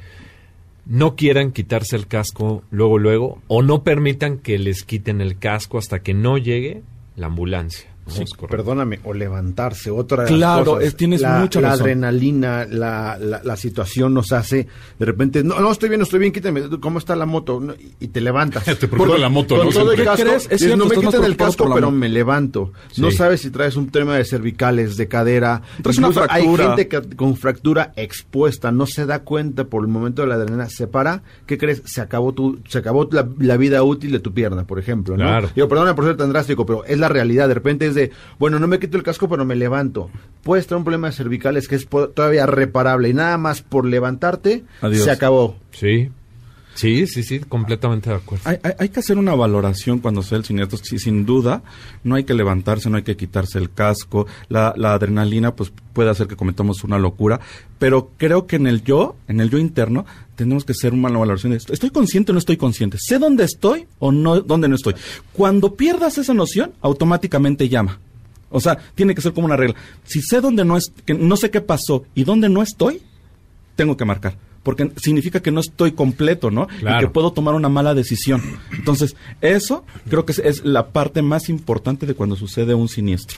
[SPEAKER 3] no quieran quitarse el casco luego, luego, o no permitan que les quiten el casco hasta que no llegue la ambulancia.
[SPEAKER 8] Sí, perdóname, o levantarse, otra de
[SPEAKER 6] claro,
[SPEAKER 8] las cosas.
[SPEAKER 6] Es, tienes
[SPEAKER 8] la,
[SPEAKER 6] mucha
[SPEAKER 8] la
[SPEAKER 6] razón.
[SPEAKER 8] adrenalina, la, la, la situación nos hace, de repente, no, no, estoy bien, no estoy bien, quítame, ¿cómo está la moto? No, y, y te levantas.
[SPEAKER 4] Te preocupa la moto,
[SPEAKER 8] con
[SPEAKER 4] ¿no?
[SPEAKER 8] todo el casco,
[SPEAKER 6] crees? Es
[SPEAKER 8] dices,
[SPEAKER 6] cierto,
[SPEAKER 8] no me
[SPEAKER 6] estás
[SPEAKER 8] quiten
[SPEAKER 6] más
[SPEAKER 8] el casco,
[SPEAKER 6] por
[SPEAKER 8] pero
[SPEAKER 6] la...
[SPEAKER 8] me levanto.
[SPEAKER 6] Sí.
[SPEAKER 8] No sabes si traes un tema de cervicales, de cadera.
[SPEAKER 6] Traes una fractura.
[SPEAKER 8] Hay gente que con fractura expuesta, no se da cuenta por el momento de la adrenalina, se para, ¿qué crees? Se acabó tu, se acabó la, la vida útil de tu pierna, por ejemplo, ¿no?
[SPEAKER 6] Claro.
[SPEAKER 8] Digo, perdona por ser tan drástico, pero es la realidad. De repente es de, bueno, no me quito el casco, pero me levanto. Puedes tener un problema de cervicales que es todavía reparable y nada más por levantarte, Adiós. Se acabó.
[SPEAKER 3] Sí. Sí, sí, sí, completamente de acuerdo.
[SPEAKER 6] Hay, hay, hay que hacer una valoración cuando sea el siniestro. Sí, sin duda, no hay que levantarse, no hay que quitarse el casco. La, la adrenalina, pues, puede hacer que cometamos una locura. Pero creo que en el yo, en el yo interno, tenemos que hacer una valoración de esto. ¿Estoy consciente o no estoy consciente? ¿Sé dónde estoy o no dónde no estoy? Cuando pierdas esa noción, automáticamente llama. O sea, tiene que ser como una regla. Si sé dónde no es, que no sé qué pasó y dónde no estoy, tengo que marcar. Porque significa que no estoy completo, ¿no?
[SPEAKER 3] Claro.
[SPEAKER 6] Y que puedo tomar una mala decisión. Entonces, eso creo que es, es la parte más importante de cuando sucede un siniestro.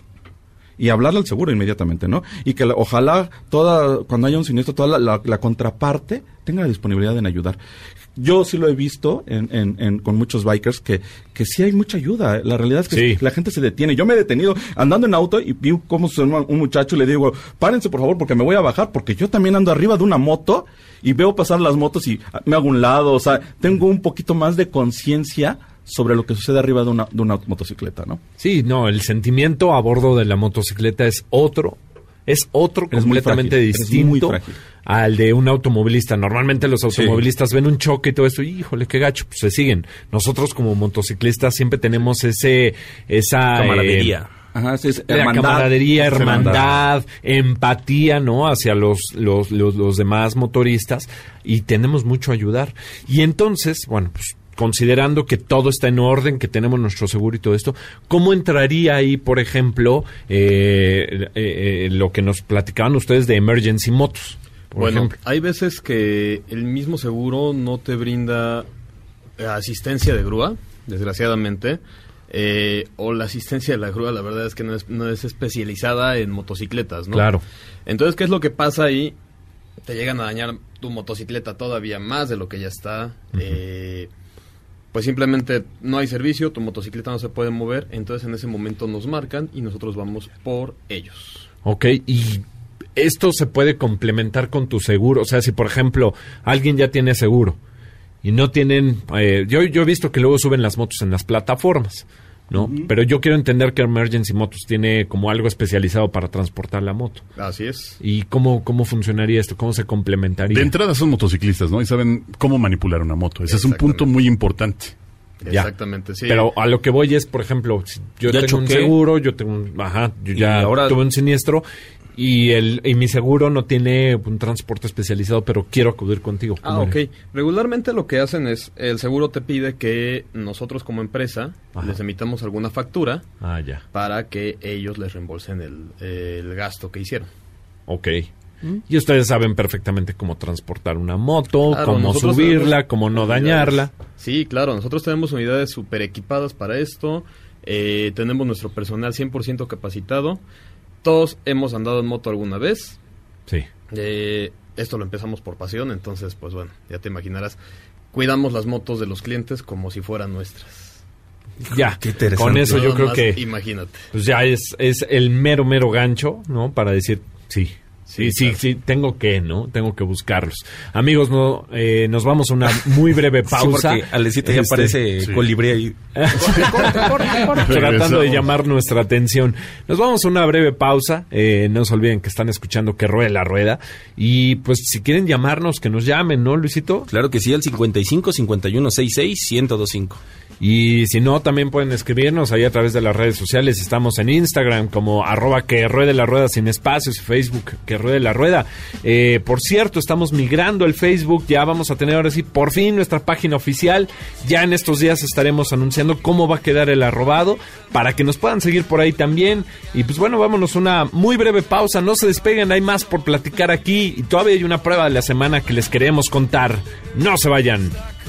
[SPEAKER 6] Y hablarle al seguro inmediatamente, ¿no? Y que la, ojalá toda, cuando haya un siniestro, toda la, la, la contraparte tenga la disponibilidad en ayudar. Yo sí lo he visto en, en, en, con muchos bikers que, que sí hay mucha ayuda. La realidad es que
[SPEAKER 3] sí.
[SPEAKER 6] La gente se detiene. Yo me he detenido andando en auto y vi cómo se un, un muchacho y le digo, párense por favor porque me voy a bajar, porque yo también ando arriba de una moto y veo pasar las motos y me hago un lado. O sea, tengo un poquito más de conciencia sobre lo que sucede arriba de una, de una motocicleta, ¿no?
[SPEAKER 3] Sí, no, el sentimiento a bordo de la motocicleta es otro, es otro
[SPEAKER 6] Eres
[SPEAKER 3] completamente
[SPEAKER 6] muy frágil, eres muy
[SPEAKER 3] distinto
[SPEAKER 6] frágil.
[SPEAKER 3] al de un automovilista. Normalmente los automovilistas sí. ven un choque y todo esto, y, híjole, qué gacho, pues se siguen. Nosotros como motociclistas siempre tenemos ese, esa
[SPEAKER 5] camaradería.
[SPEAKER 3] Eh,
[SPEAKER 6] Ajá, sí, es
[SPEAKER 3] la
[SPEAKER 6] hermandad,
[SPEAKER 3] camaradería, hermandad,
[SPEAKER 6] hermandad,
[SPEAKER 3] empatía, ¿no? Hacia los, los, los, los demás motoristas, y tenemos mucho a ayudar. Y entonces, bueno, pues considerando que todo está en orden, que tenemos nuestro seguro y todo esto, ¿cómo entraría ahí, por ejemplo, eh, eh, eh, lo que nos platicaban ustedes de Emergency Motors?
[SPEAKER 7] Bueno,
[SPEAKER 3] ejemplo.
[SPEAKER 7] Hay veces que el mismo seguro no te brinda asistencia de grúa, desgraciadamente, eh, o la asistencia de la grúa, la verdad es que no es, no es especializada en motocicletas, ¿no?
[SPEAKER 3] Claro.
[SPEAKER 7] Entonces, ¿qué es lo que pasa ahí? Te llegan a dañar tu motocicleta todavía más de lo que ya está, uh-huh. eh... pues simplemente no hay servicio, tu motocicleta no se puede mover, entonces en ese momento nos marcan y nosotros vamos por ellos.
[SPEAKER 3] Ok, y esto se puede complementar con tu seguro. O sea, si por ejemplo alguien ya tiene seguro y no tienen... Eh, yo, yo he visto que luego suben las motos en las plataformas, ¿no? Uh-huh. Pero yo quiero entender que Emergency Motors tiene como algo especializado para transportar la moto.
[SPEAKER 7] Así es.
[SPEAKER 3] ¿Y cómo, cómo funcionaría esto? ¿Cómo se complementaría?
[SPEAKER 4] De entrada son motociclistas, ¿no? Y saben cómo manipular una moto. Ese es un punto muy importante.
[SPEAKER 7] Exactamente, sí.
[SPEAKER 3] Pero a lo que voy es, por ejemplo, si yo
[SPEAKER 5] ya
[SPEAKER 3] tengo
[SPEAKER 5] choqué.
[SPEAKER 3] un seguro, yo tengo un... Ajá, yo ya
[SPEAKER 5] ahora...
[SPEAKER 3] tuve un siniestro y el y mi seguro no tiene un transporte especializado, pero quiero acudir contigo.
[SPEAKER 7] Ah, ok. Regularmente lo que hacen es, el seguro te pide que nosotros como empresa Ajá. les emitamos alguna factura
[SPEAKER 3] ah, ya.
[SPEAKER 7] para que ellos les reembolsen el, el gasto que hicieron.
[SPEAKER 3] Ok. ¿Mm? Y ustedes saben perfectamente cómo transportar una moto,
[SPEAKER 7] claro,
[SPEAKER 3] cómo subirla, cómo no unidades. dañarla.
[SPEAKER 7] Sí, claro. Nosotros tenemos unidades súper equipadas para esto. Eh, tenemos nuestro personal cien por ciento capacitado. Todos hemos andado en moto alguna vez.
[SPEAKER 3] Sí.
[SPEAKER 7] Eh, esto lo empezamos por pasión, entonces, pues bueno, ya te imaginarás. Cuidamos las motos de los clientes como si fueran nuestras.
[SPEAKER 3] Ya, con eso yo creo que...
[SPEAKER 7] Imagínate.
[SPEAKER 3] Pues ya es, es el mero, mero gancho, ¿no? Para decir, sí. Sí, sí, claro. sí, tengo que, ¿no? Tengo que buscarlos. Amigos, no, eh, nos vamos a una muy breve pausa.
[SPEAKER 5] Sí, porque Alecita ya
[SPEAKER 3] este,
[SPEAKER 5] parece sí. colibrí ahí.
[SPEAKER 3] corte, corte, corte. Tratando de llamar nuestra atención. Nos vamos a una breve pausa. Eh, no se olviden que están escuchando Que Ruede la Rueda. Y pues si quieren llamarnos, que nos llamen, ¿no, Luisito?
[SPEAKER 5] Claro que sí, al cincuenta y cinco, cincuenta y uno, sesenta y seis, ciento veinticinco.
[SPEAKER 3] Y si no, también pueden escribirnos ahí a través de las redes sociales. Estamos en Instagram como arroba que ruede la rueda sin espacios, y Facebook que ruede la rueda. Eh, por cierto, estamos migrando el Facebook. Ya vamos a tener ahora sí por fin nuestra página oficial. Ya en estos días estaremos anunciando cómo va a quedar el arrobado para que nos puedan seguir por ahí también. Y pues bueno, vámonos a una muy breve pausa. No se despeguen, hay más por platicar aquí. Y todavía hay una prueba de la semana que les queremos contar. No se vayan.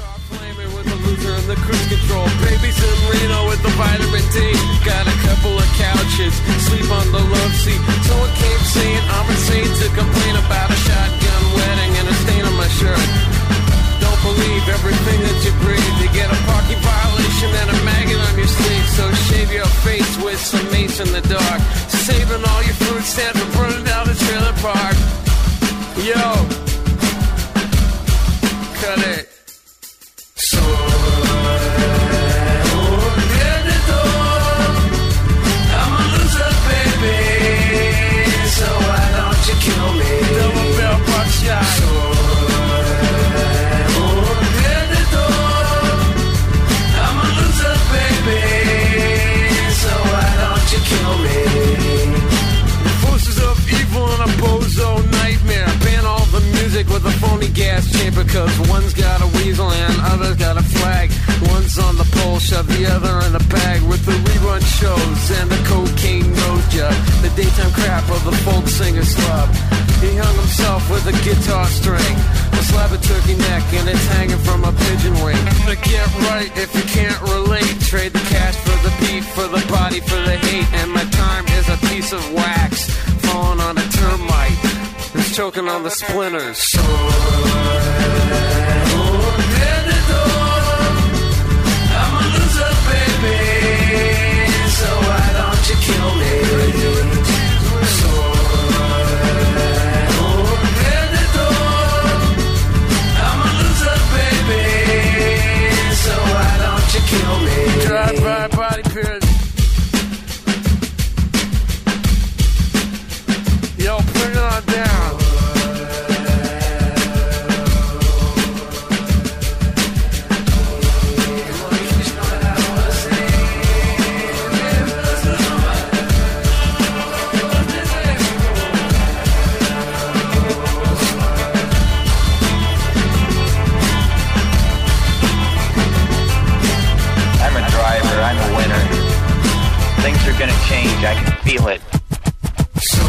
[SPEAKER 12] The cruise control, baby's in Reno with the vitamin D. Got a couple of couches, sleep on the love seat. Someone came saying I'm insane to complain about a shotgun wedding and a stain on my shirt. Don't believe everything that you breathe. You get a parking violation and a maggot on your sleeve. So shave your face with some mace in the dark. Saving all your fruit stands for burning down the trailer park. Yo, cut it. So kill me. shove the other in a bag with the rerun shows and the cocaine nose job, the daytime crap of the folk singer's club. He hung himself with a guitar string, a slab of turkey neck, and it's hanging from a pigeon wing. But get right if you can't relate. Trade the cash for the beat, for the body, for the hate. And my time is a piece of wax falling on a termite who's choking on the splinters. So, I'm a loser, baby. So why don't you kill me? So, kill me. Drive by body pierce. Yo, bring it on down.
[SPEAKER 13] Things are gonna change, I can feel it.
[SPEAKER 12] So,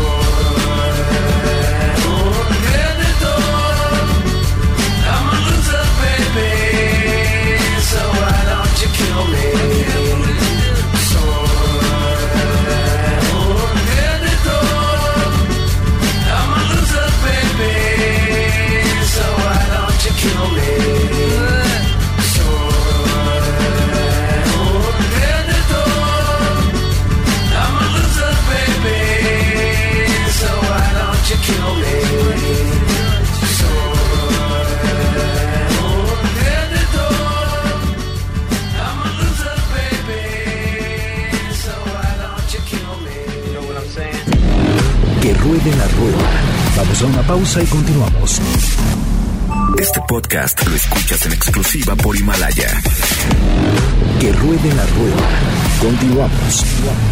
[SPEAKER 12] I'm a loser, baby. So why don't you kill me? So, I'm a loser, baby. So why don't you kill me? Kill me. So, I'm a loser, baby. So why don't you kill me? You know what I'm saying?
[SPEAKER 1] Que ruede la rueda. Vamos a una pausa y continuamos. Este podcast lo escuchas en exclusiva por Himalaya. Que ruede la rueda. Continuamos.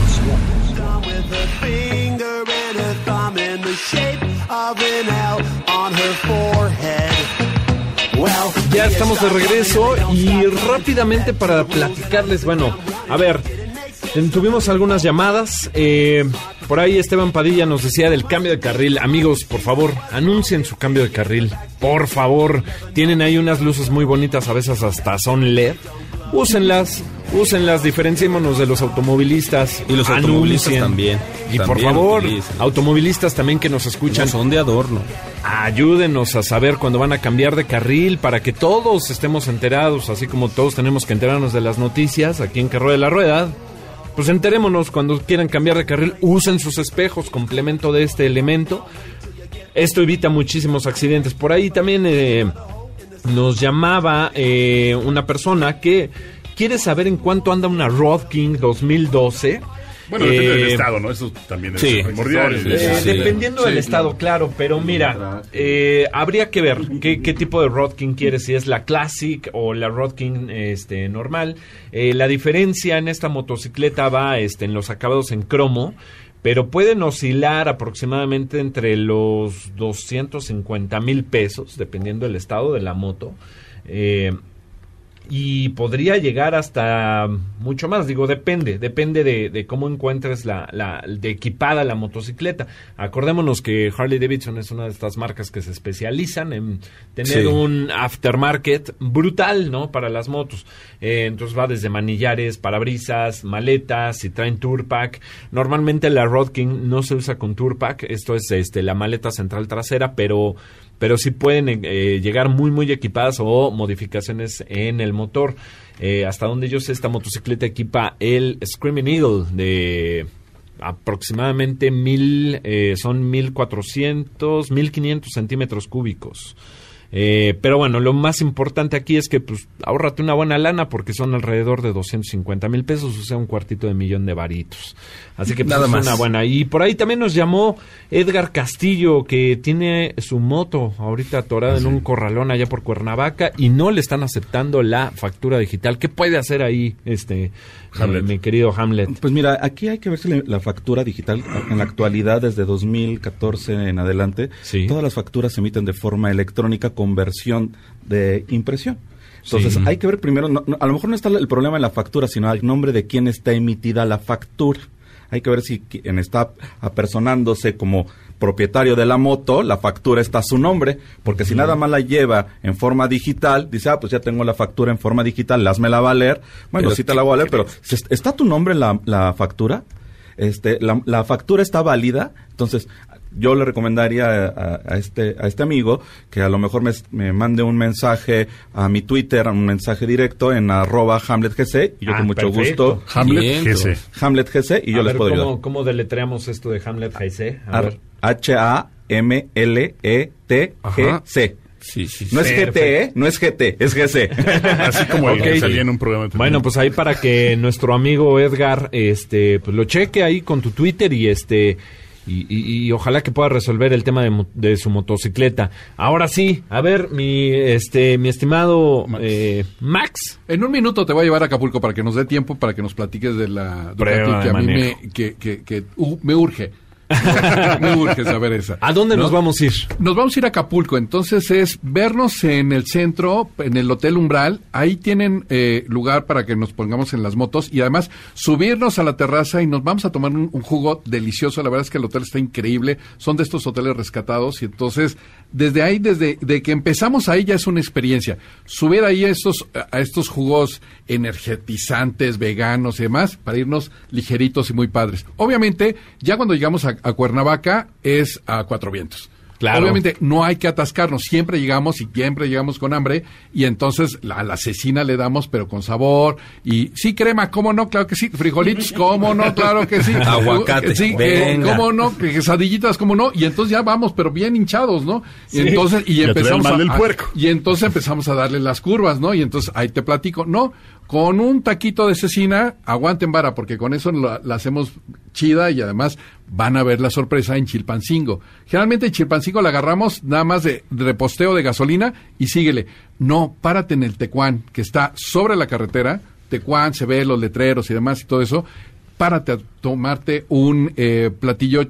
[SPEAKER 3] Ya estamos de regreso y rápidamente para platicarles, bueno, a ver, tuvimos algunas llamadas, eh, por ahí Esteban Padilla nos decía del cambio de carril. Amigos, por favor, anuncien su cambio de carril, por favor. Tienen ahí unas luces muy bonitas, a veces hasta son L E D. Úsenlas, úsenlas, diferenciémonos de los automovilistas.
[SPEAKER 5] Y los automovilistas también.
[SPEAKER 3] Y
[SPEAKER 5] también
[SPEAKER 3] por favor,
[SPEAKER 5] utilizan.
[SPEAKER 3] Automovilistas también que nos escuchan.
[SPEAKER 5] No son de adorno.
[SPEAKER 3] Ayúdenos a saber cuándo van a cambiar de carril para que todos estemos enterados, así como todos tenemos que enterarnos de las noticias aquí en Que Ruede la Rueda. Pues enterémonos cuando quieran cambiar de carril, usen sus espejos, complemento de este elemento. Esto evita muchísimos accidentes. Por ahí también eh, nos llamaba eh, una persona que quiere saber en cuánto anda una Road King dos mil doce.
[SPEAKER 4] Bueno, depende eh, del estado, ¿no? Eso también es
[SPEAKER 3] sí,
[SPEAKER 4] primordial.
[SPEAKER 3] Sí, sí, sí. Dependiendo sí, del sí, estado, claro. Pero mira, eh, habría que ver qué, qué tipo de Road King quieres, si es la Classic o la Road King este, normal. Eh, la diferencia en esta motocicleta va este, en los acabados en cromo, pero pueden oscilar aproximadamente entre los doscientos cincuenta mil pesos, dependiendo del estado de la moto. Eh, y podría llegar hasta mucho más, digo, depende, depende de, de cómo encuentres la, la, de equipada la motocicleta. Acordémonos que Harley Davidson es una de estas marcas que se especializan en tener sí. un aftermarket brutal, ¿no? Para las motos. Eh, entonces va desde manillares, parabrisas, maletas, si traen Tour Pack. Normalmente la Road King no se usa con Tour Pack, esto es este la maleta central trasera, pero pero sí pueden eh, llegar muy muy equipadas o modificaciones en el motor. Eh, hasta donde yo sé, esta motocicleta equipa el Screaming Eagle de aproximadamente mil, eh, son mil cuatrocientos, mil quinientos centímetros cúbicos. Eh, pero bueno, lo más importante aquí es que pues ahórrate una buena lana porque son alrededor de doscientos cincuenta mil pesos, o sea, un cuartito de millón de varitos. Así que pues, nada es más. Una buena. Y por ahí también nos llamó Edgar Castillo, que tiene su moto ahorita atorada sí. en un corralón allá por Cuernavaca y no le están aceptando la factura digital. ¿Qué puede hacer ahí este eh, mi querido Hamlet?
[SPEAKER 6] Pues mira, aquí hay que ver si la, la factura digital en la actualidad desde dos mil catorce en adelante, sí. todas las facturas se emiten de forma electrónica con versión de impresión. Entonces,
[SPEAKER 3] Sí.
[SPEAKER 6] hay que ver primero, no, no, a lo mejor no está el problema en la factura, sino al nombre de quién está emitida la factura. Hay que ver si quien está apersonándose como propietario de la moto, la factura está a su nombre, porque si nada más la lleva en forma digital, dice, ah, pues ya tengo la factura en forma digital, házmela valer. Bueno,
[SPEAKER 3] Pero
[SPEAKER 6] sí te la voy a valer, pero ¿se- ¿está tu nombre en la, la factura? Este, la, la factura está válida, entonces yo le recomendaría a, a- a este a este amigo que a lo mejor me, me mande un mensaje a mi Twitter, un mensaje directo en arroba HamletGC, y yo
[SPEAKER 3] Ah,
[SPEAKER 6] con mucho
[SPEAKER 3] perfecto.
[SPEAKER 6] gusto
[SPEAKER 4] Hamlet G C.
[SPEAKER 6] HamletGC, y yo
[SPEAKER 3] A
[SPEAKER 6] les
[SPEAKER 3] ver,
[SPEAKER 6] puedo
[SPEAKER 3] ¿cómo,
[SPEAKER 6] ayudar.
[SPEAKER 3] ¿Cómo deletreamos esto de Hamlet G C? A
[SPEAKER 6] Ar-
[SPEAKER 3] ver.
[SPEAKER 6] H A M L E T G C.
[SPEAKER 9] Sí, sí,
[SPEAKER 6] No es G T,
[SPEAKER 3] Perfecto.
[SPEAKER 6] ¿eh? No es G T, es G C.
[SPEAKER 4] Así como el
[SPEAKER 3] Ok.
[SPEAKER 4] que salía en un programa de televisión.
[SPEAKER 3] Bueno, pues ahí para que nuestro amigo Edgar este pues lo cheque ahí con tu Twitter y este y, y- y ojalá que pueda resolver el tema de, mo- de su motocicleta. Ahora sí, a ver, mi este mi estimado
[SPEAKER 4] Max.
[SPEAKER 3] eh, Max.
[SPEAKER 9] En un minuto te voy a llevar a Acapulco para que nos dé tiempo para que nos platiques de la
[SPEAKER 3] Prueba
[SPEAKER 9] Ducati que
[SPEAKER 3] de
[SPEAKER 9] a mí
[SPEAKER 3] manejo.
[SPEAKER 9] me, que, que, que, uh, me urge. me urge saber esa.
[SPEAKER 3] ¿A dónde
[SPEAKER 9] ¿No?
[SPEAKER 3] nos vamos a ir?
[SPEAKER 9] Nos vamos a ir a Acapulco, entonces es vernos en el centro, en el Hotel Umbral, ahí tienen eh, lugar para que nos pongamos en las motos y además subirnos a la terraza y nos vamos a tomar un, un jugo delicioso, la verdad es que el hotel está increíble, son de estos hoteles rescatados y entonces desde ahí, desde de que empezamos ahí ya es una experiencia, subir ahí a estos, a estos jugos energetizantes, veganos y demás, para irnos ligeritos y muy padres. Obviamente, ya cuando llegamos a, a Cuernavaca es a Cuatro Vientos.
[SPEAKER 3] Claro.
[SPEAKER 9] Obviamente no hay que atascarnos, siempre llegamos y siempre llegamos con hambre y entonces la, a la cecina le damos pero con sabor y sí crema, cómo no, claro que sí, frijolitos, cómo no, claro que sí,
[SPEAKER 5] Aguacate,
[SPEAKER 9] sí, eh,
[SPEAKER 5] venga.
[SPEAKER 9] cómo no, quesadillitas, cómo no, y entonces ya vamos pero bien hinchados, ¿no? Y
[SPEAKER 3] Sí.
[SPEAKER 9] entonces y
[SPEAKER 4] Ya te da el
[SPEAKER 9] empezamos
[SPEAKER 4] mal
[SPEAKER 9] a,
[SPEAKER 4] del
[SPEAKER 9] a-
[SPEAKER 4] puerco.
[SPEAKER 9] y entonces empezamos a darle las curvas, ¿no? Y entonces ahí te platico, no, con un taquito de cecina, aguanten vara, porque con eso la, la hacemos chida y además van a ver la sorpresa en Chilpancingo. Generalmente en Chilpancingo la agarramos nada más de, de reposteo de gasolina y síguele. No, párate en el Tecuán, que está sobre la carretera. Tecuán, se ve los letreros y demás y todo eso. Párate a tomarte un eh, platillo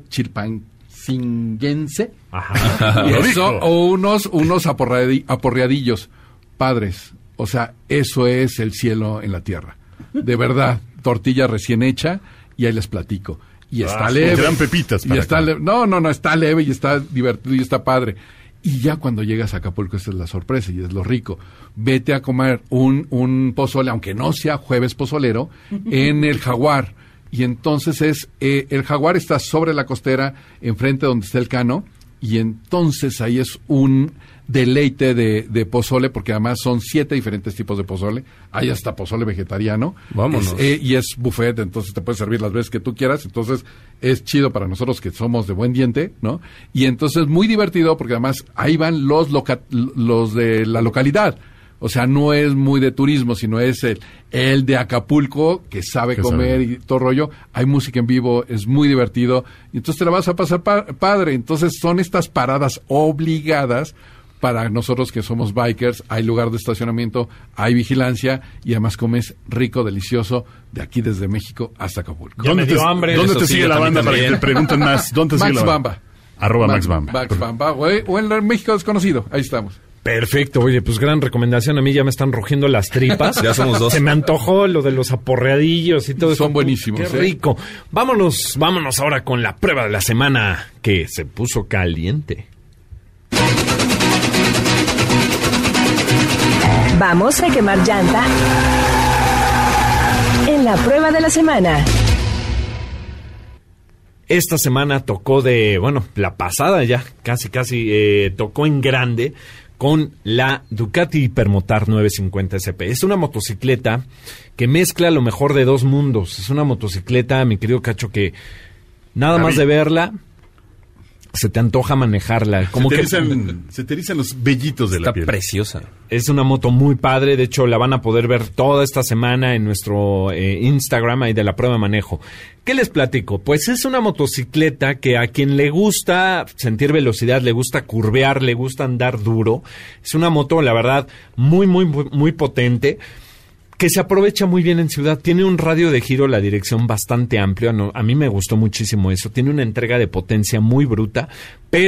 [SPEAKER 9] chilpancinguense.
[SPEAKER 3] Ajá.
[SPEAKER 9] Y
[SPEAKER 4] Lo
[SPEAKER 9] eso,
[SPEAKER 4] dijo.
[SPEAKER 9] o unos, unos aporreadi- aporreadillos. Padres, o sea, eso es el cielo en la tierra. De verdad, tortilla recién hecha y ahí les platico. Y está
[SPEAKER 4] Ah,
[SPEAKER 9] leve.
[SPEAKER 4] te dan pepitas
[SPEAKER 9] Y
[SPEAKER 4] para
[SPEAKER 9] está
[SPEAKER 4] acá.
[SPEAKER 9] leve. No, no, no, está leve y está divertido y está padre. Y ya cuando llegas a Acapulco, esta es la sorpresa y es lo rico. Vete a comer un, un pozole, aunque no sea jueves pozolero, en el Jaguar. Y entonces es, eh, el Jaguar está sobre la costera, enfrente donde está el Cano, y entonces ahí es un deleite de, de pozole, porque además son siete diferentes tipos de pozole. Hay hasta pozole vegetariano.
[SPEAKER 5] Vámonos.
[SPEAKER 9] Es, eh, y es buffet, entonces te puedes servir las veces que tú quieras. Entonces es chido para nosotros que somos de buen diente, ¿no? Y entonces muy divertido, porque además ahí van los, loca- los de la localidad. O sea, no es muy de turismo, sino es el, el de Acapulco que sabe
[SPEAKER 4] Que
[SPEAKER 9] comer
[SPEAKER 4] sabe.
[SPEAKER 9] y todo rollo. Hay música en vivo, es muy divertido. Y entonces te la vas a pasar pa- padre. Entonces son estas paradas obligadas para nosotros que somos bikers. Hay lugar de estacionamiento, hay vigilancia y además comes rico, delicioso de aquí desde México hasta Acapulco.
[SPEAKER 3] Ya me
[SPEAKER 4] te,
[SPEAKER 3] dio hambre.
[SPEAKER 4] ¿dónde
[SPEAKER 5] Eso
[SPEAKER 4] te
[SPEAKER 5] sí,
[SPEAKER 4] sigue
[SPEAKER 5] yo
[SPEAKER 4] la
[SPEAKER 5] también
[SPEAKER 4] banda para que
[SPEAKER 5] también.
[SPEAKER 4] te pregunten más? ¿Dónde te
[SPEAKER 9] Max
[SPEAKER 4] sigue la
[SPEAKER 9] Bamba.
[SPEAKER 4] Arroba Max Bamba.
[SPEAKER 9] Max Bamba. O, o en México desconocido. Ahí estamos.
[SPEAKER 3] Perfecto, oye, pues gran recomendación. A mí ya me están rugiendo las tripas.
[SPEAKER 5] Ya somos dos.
[SPEAKER 3] Se me antojó lo de los aporreadillos y todo eso.
[SPEAKER 9] Son buenísimos,
[SPEAKER 3] Qué
[SPEAKER 9] ¿eh?
[SPEAKER 3] rico. Vámonos, vámonos ahora con la prueba de la semana que se puso caliente.
[SPEAKER 2] Vamos a quemar llanta en la prueba de la semana.
[SPEAKER 3] Esta semana tocó de, bueno, la pasada ya, casi, casi eh, tocó en grande con la Ducati Hypermotar novecientos cincuenta S P. Es una motocicleta que mezcla lo mejor de dos mundos. Es una motocicleta, mi querido Cacho, que nada más de verla se te antoja manejarla. Como
[SPEAKER 4] se, te
[SPEAKER 3] que
[SPEAKER 4] erizan, se te erizan los vellitos de
[SPEAKER 5] Está
[SPEAKER 4] la piel.
[SPEAKER 5] preciosa.
[SPEAKER 3] es una moto muy padre. De hecho, la van a poder ver toda esta semana en nuestro eh, Instagram ahí de la prueba de manejo. ¿Qué les platico? Pues es una motocicleta que a quien le gusta sentir velocidad, le gusta curvear, le gusta andar duro. Es una moto, la verdad, muy, muy, muy, muy potente, que se aprovecha muy bien en ciudad. Tiene un radio de giro, la dirección bastante amplio. No, a mí me gustó muchísimo eso. Tiene una entrega de potencia muy bruta, pero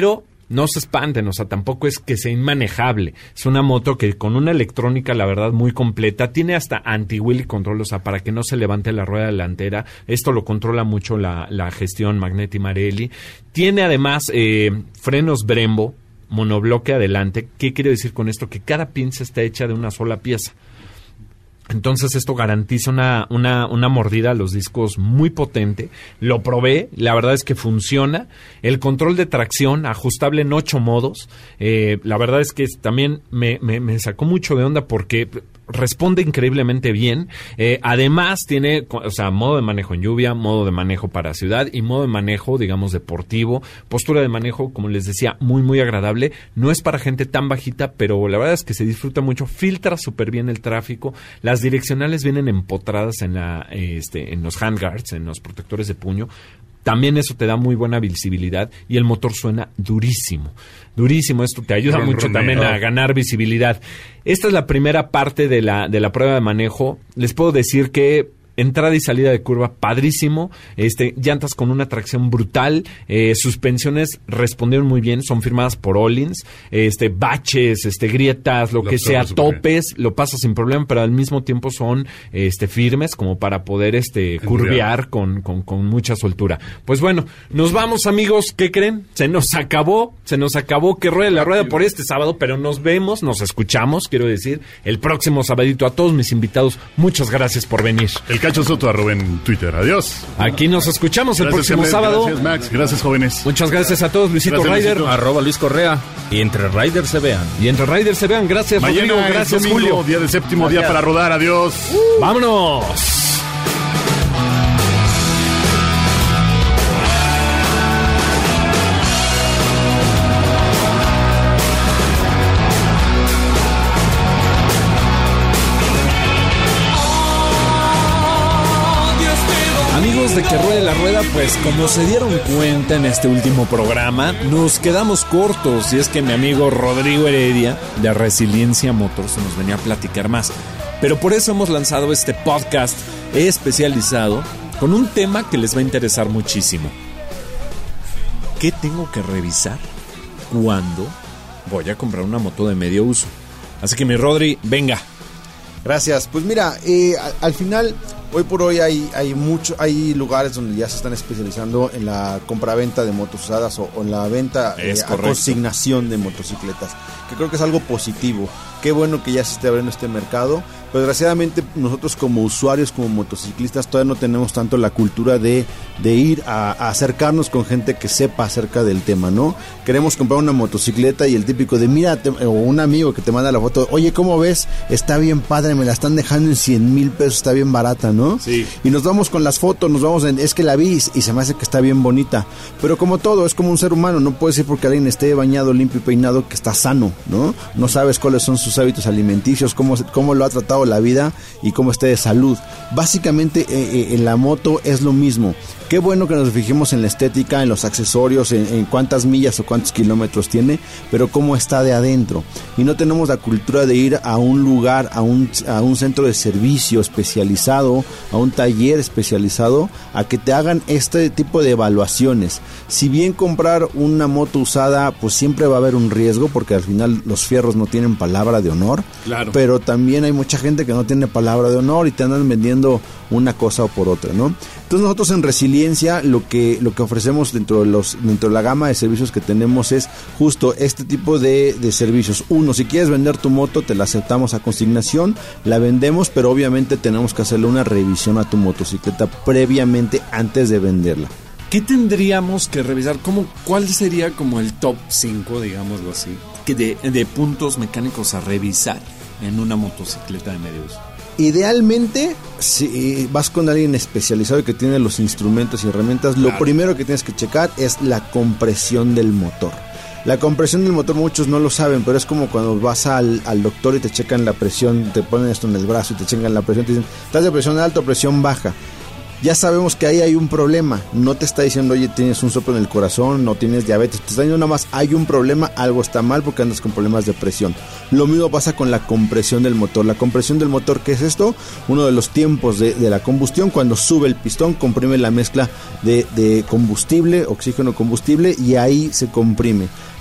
[SPEAKER 3] no se espanten, o sea, tampoco es que sea inmanejable. Es una moto que con una electrónica, la verdad, muy completa. Tiene hasta anti-wheelie control, o sea, para que no se levante la rueda delantera. Esto lo controla mucho la, la gestión Magneti Marelli. Tiene además eh, frenos Brembo, monobloque adelante. ¿Qué quiero decir con esto? Que cada pinza está hecha de una sola pieza. Entonces esto garantiza una, una, una mordida a los discos muy potente. Lo probé, la verdad es que funciona. El control de tracción, ajustable en ocho modos. Eh, la verdad es que también me, me, me sacó mucho de onda porque responde increíblemente bien. Eh, además tiene, o sea, modo de manejo en lluvia, modo de manejo para ciudad y modo de manejo, digamos, deportivo. Postura de manejo, como les decía, muy, muy agradable. No es para gente tan bajita, pero la verdad es que se disfruta mucho. Filtra súper bien el tráfico. Las direccionales vienen empotradas en la, este, en los handguards, en los protectores de puño. También eso te da muy buena visibilidad y el motor suena durísimo, durísimo. Esto te ayuda
[SPEAKER 4] Ron,
[SPEAKER 3] mucho
[SPEAKER 4] Ron,
[SPEAKER 3] también
[SPEAKER 4] no.
[SPEAKER 3] a ganar visibilidad. Esta es la primera parte de la, de la prueba de manejo. Les puedo decir que entrada y salida de curva, padrísimo. Este, llantas con una tracción brutal. Eh, suspensiones respondieron muy bien, son firmadas por Öhlins. Este, baches, este, grietas, lo,
[SPEAKER 4] Lo
[SPEAKER 3] que sea,
[SPEAKER 4] absorbe súper
[SPEAKER 3] topes, lo pasas sin problema, pero al mismo tiempo son este, firmes como para poder este, curvear con, con, con mucha soltura. Pues bueno, nos vamos, amigos. ¿Qué creen? Se nos acabó, se nos acabó que ruede la rueda por este sábado, pero nos vemos, nos escuchamos, quiero decir, el próximo sabadito. A todos mis invitados, muchas gracias por venir.
[SPEAKER 4] El Cacho Soto, arroba en Twitter. Adiós.
[SPEAKER 3] Aquí nos escuchamos el
[SPEAKER 4] Gracias,
[SPEAKER 3] próximo
[SPEAKER 4] Ernest.
[SPEAKER 3] sábado.
[SPEAKER 4] Gracias, Max. Gracias, jóvenes.
[SPEAKER 3] Muchas gracias a todos, Luisito
[SPEAKER 4] Gracias,
[SPEAKER 3] Ryder.
[SPEAKER 4] Luisito.
[SPEAKER 5] Arroba Luis Correa. Y entre Riders se vean.
[SPEAKER 3] Y entre Riders se vean. Gracias,
[SPEAKER 4] Mañana
[SPEAKER 3] Rodrigo.
[SPEAKER 4] es
[SPEAKER 3] Gracias,
[SPEAKER 4] domingo,
[SPEAKER 3] Julio.
[SPEAKER 4] día del séptimo día para rodar. Adiós.
[SPEAKER 3] ¡Vámonos!
[SPEAKER 14] Amigos de Que Ruede la Rueda, pues como se dieron cuenta en este último programa, nos quedamos cortos y es que mi amigo Rodrigo Heredia de Resiliencia Motors se nos venía a platicar más. Pero por eso hemos lanzado este podcast especializado con un tema que les va a interesar muchísimo. ¿Qué tengo que revisar cuando voy a comprar una moto de medio uso? Así que mi Rodri, venga.
[SPEAKER 8] Gracias. Pues mira, eh, al, al final, hoy por hoy hay hay mucho, hay lugares donde ya se están especializando en la compraventa de motos usadas o, o en la venta eh, a consignación de motocicletas, que creo que es algo positivo. Qué bueno que ya se esté abriendo este mercado, pero desgraciadamente nosotros como usuarios, como motociclistas, todavía no tenemos tanto la cultura de, de ir a, a acercarnos con gente que sepa acerca del tema, ¿no? Queremos comprar una motocicleta y el típico de, mira, te, o un amigo que te manda la foto, oye, ¿cómo ves? Está bien padre, me la están dejando en cien mil pesos, está bien barata, ¿no?
[SPEAKER 3] Sí.
[SPEAKER 8] Y nos vamos con las fotos, nos vamos en, es que la vi y se me hace que está bien bonita, pero como todo, es como un ser humano, no puede ser porque alguien esté bañado, limpio y peinado que está sano, ¿no? No sabes cuáles son sus hábitos alimenticios, cómo, cómo lo ha tratado la vida y cómo esté de salud. Básicamente eh, eh, en la moto es lo mismo. Qué bueno que nos fijemos en la estética, en los accesorios, en, en cuántas millas o cuántos kilómetros tiene, pero cómo está de adentro. Y no tenemos la cultura de ir a un lugar, a un, a un centro de servicio especializado, a un taller especializado, a que te hagan este tipo de evaluaciones. Si bien comprar una moto usada, pues siempre va a haber un riesgo, porque al final los fierros no tienen palabra de honor.
[SPEAKER 14] Claro.
[SPEAKER 8] Pero también hay mucha gente que no tiene palabra de honor y te andan vendiendo una cosa o por otra, ¿no? Entonces nosotros en Resiliencia lo que lo que ofrecemos dentro de los dentro de la gama de servicios que tenemos es justo este tipo de, de servicios. Uno, si quieres vender tu moto, te la aceptamos a consignación, la vendemos, pero obviamente tenemos que hacerle una revisión a tu motocicleta previamente antes de venderla.
[SPEAKER 14] ¿Qué tendríamos que revisar? ¿Cómo, ¿Cuál sería como el top cinco, digámoslo así, que de, de puntos mecánicos a revisar en una motocicleta de medio uso?
[SPEAKER 8] Idealmente, si vas con alguien especializado y que tiene los instrumentos y herramientas, claro, lo primero que tienes que checar es la compresión del motor. La compresión del motor muchos no lo saben, pero es como cuando vas al, al doctor y te checan la presión, te ponen esto en el brazo y te checan la presión, te dicen, ¿estás de presión alta o presión baja? Ya sabemos que ahí hay un problema. No te está diciendo, oye, tienes un soplo en el corazón, no tienes diabetes. Te está diciendo nada más, hay un problema, algo está mal porque andas con problemas de presión. Lo mismo pasa con la compresión del motor. La compresión del motor, ¿qué es esto? Uno de los tiempos de, de la combustión. Cuando sube el pistón, comprime la mezcla de, de combustible, oxígeno-combustible, y ahí se comprime.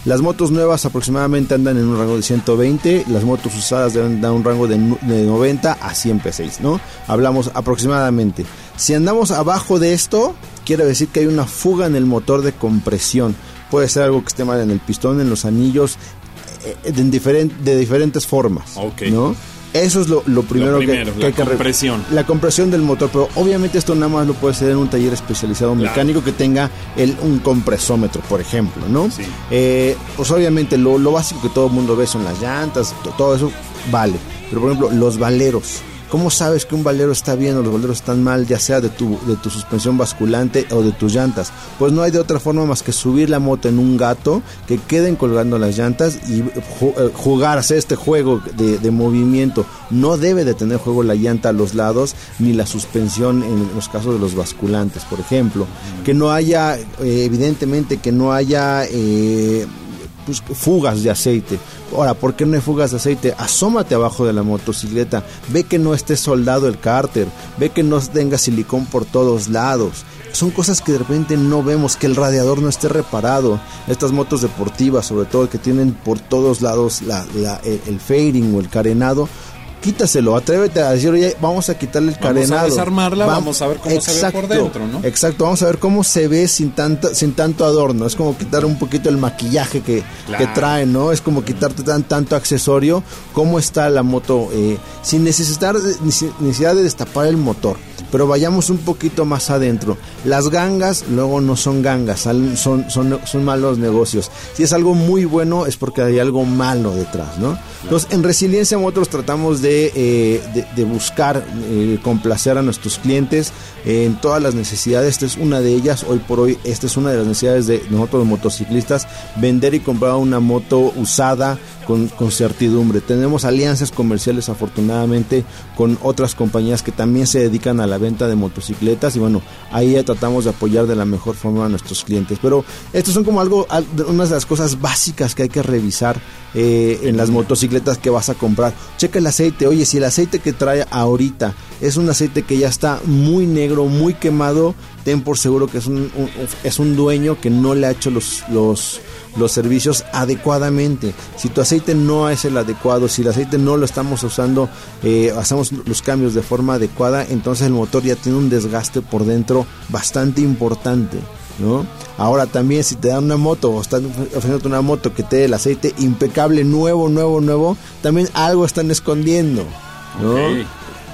[SPEAKER 8] Las motos nuevas aproximadamente andan en un rango de ciento veinte, las motos usadas deben dar un rango de, de noventa a cien P seis, ¿no? Hablamos aproximadamente. Si andamos abajo de esto, quiere decir que hay una fuga en el motor de compresión. Puede ser algo que esté mal en el pistón, en los anillos, eh, de, diferent, de diferentes formas, okay, ¿no? Eso es lo, lo primero, lo primero que, que hay que... La compresión. La compresión del motor, pero obviamente esto nada más lo puede hacer en un taller especializado mecánico, claro, que tenga el, un compresómetro, por ejemplo, ¿no? Sí. Eh, pues obviamente lo, lo básico que todo el mundo ve son las llantas, todo eso vale. Pero por ejemplo, los valeros. ¿Cómo sabes que un valero está bien o los valeros están mal, ya sea de tu, de tu suspensión basculante o de tus llantas? Pues no hay de otra forma más que subir la moto en un gato, que queden colgando las llantas y jugar, hacer este juego de, de movimiento. No debe de tener juego la llanta a los lados, ni la suspensión en los casos de los basculantes, por ejemplo. Que no haya, eh, evidentemente, que no haya... Eh, Pues, fugas de aceite. Ahora, ¿por qué no hay fugas de aceite? Asómate abajo de la motocicleta, ve que no esté soldado el cárter, ve que no tenga silicón por todos lados. Son cosas que de repente no vemos, que el radiador no esté reparado. Estas motos deportivas, sobre todo, que tienen por todos lados la, la, el, el fairing o el carenado, quítaselo, atrévete a decir, oye, vamos a quitarle el carenado. Vamos a desarmarla, vamos, vamos a ver cómo exacto, se ve por dentro, ¿no? Exacto, vamos a ver cómo se ve sin tanto, sin tanto adorno. Es como quitar un poquito el maquillaje que, claro, que trae, ¿no? Es como quitarte tan, tanto accesorio. ¿Cómo está la moto? Eh, sin necesitar, necesidad de destapar el motor. Pero vayamos un poquito más adentro. Las gangas luego no son gangas, son, son, son malos negocios. Si es algo muy bueno es porque hay algo malo detrás, ¿no? Entonces, en Resiliencia Motors tratamos de, eh, de, de buscar eh, complacer a nuestros clientes eh, en todas las necesidades. Esta es una de ellas. Hoy por hoy, esta es una de las necesidades de nosotros los motociclistas, vender y comprar una moto usada con, con certidumbre. Tenemos alianzas comerciales, afortunadamente, con otras compañías que también se dedican a la venta de motocicletas, y bueno, ahí ya tratamos de apoyar de la mejor forma a nuestros clientes. Pero estos son como algo, unas de las cosas básicas que hay que revisar eh, en las motocicletas que vas a comprar. Checa el aceite. Oye, si el aceite que trae ahorita es un aceite que ya está muy negro, muy quemado, ten por seguro que es un, un es un dueño que no le ha hecho los los los servicios adecuadamente. Si tu aceite no es el adecuado, si el aceite no lo estamos usando, eh, hacemos los cambios de forma adecuada, entonces el motor ya tiene un desgaste por dentro bastante importante, ¿no? Ahora también, si te dan una moto o están ofreciendo una moto que te dé el aceite impecable, nuevo, nuevo, nuevo, también algo están escondiendo, ¿no?
[SPEAKER 14] Okay.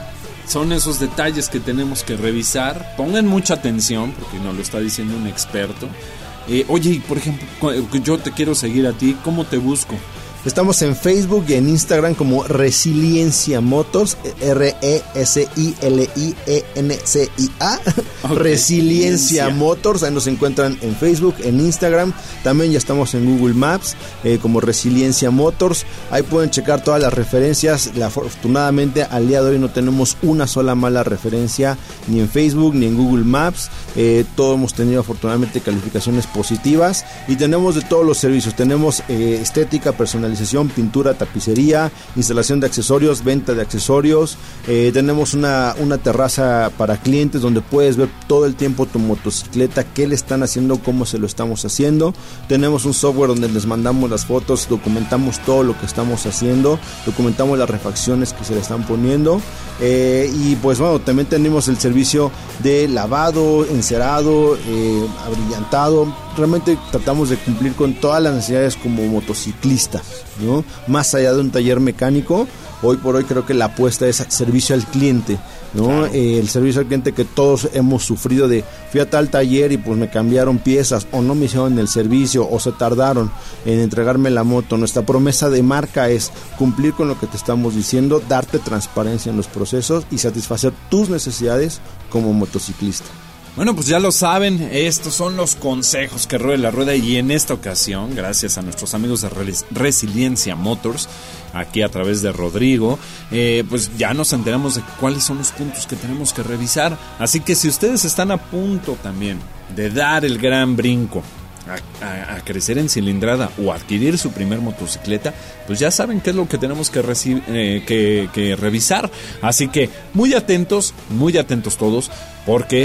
[SPEAKER 14] Son esos detalles que tenemos que revisar. Pongan mucha atención porque nos lo está diciendo un experto. Eh, oye, por ejemplo, yo te quiero seguir a ti, ¿cómo te busco?
[SPEAKER 8] Estamos en Facebook y en Instagram como Resiliencia Motors, R E S I L I E N C I A, okay. Resiliencia Motors, ahí nos encuentran en Facebook, en Instagram, también ya estamos en Google Maps eh, como Resiliencia Motors, ahí pueden checar todas las referencias. Afortunadamente al día de hoy no tenemos una sola mala referencia ni en Facebook ni en Google Maps, eh, todos hemos tenido afortunadamente calificaciones positivas y tenemos de todos los servicios, tenemos eh, estética, personalización, pintura, tapicería, instalación de accesorios, venta de accesorios, eh, tenemos una, una terraza para clientes donde puedes ver todo el tiempo tu motocicleta, qué le están haciendo, cómo se lo estamos haciendo. Tenemos un software donde les mandamos las fotos, documentamos todo lo que estamos haciendo, documentamos las refacciones que se le están poniendo, eh, y pues bueno, también tenemos el servicio de lavado, encerado, eh, abrillantado. Realmente tratamos de cumplir con todas las necesidades como motociclistas, ¿no? Más allá de un taller mecánico, hoy por hoy creo que la apuesta es servicio al cliente, ¿no? Claro. Eh, el servicio al cliente que todos hemos sufrido de fui a tal taller y pues me cambiaron piezas o no me hicieron el servicio o se tardaron en entregarme la moto. Nuestra promesa de marca es cumplir con lo que te estamos diciendo, darte transparencia en los procesos y satisfacer tus necesidades como motociclista.
[SPEAKER 14] Bueno, pues ya lo saben, estos son los consejos que Ruede la Rueda, y en esta ocasión, gracias a nuestros amigos de Resiliencia Motors, aquí a través de Rodrigo, eh, pues ya nos enteramos de cuáles son los puntos que tenemos que revisar. Así que si ustedes están a punto también de dar el gran brinco a, a, a crecer en cilindrada o adquirir su primer motocicleta, pues ya saben qué es lo que tenemos que, reci- eh, que, que revisar. Así que muy atentos, muy atentos todos, porque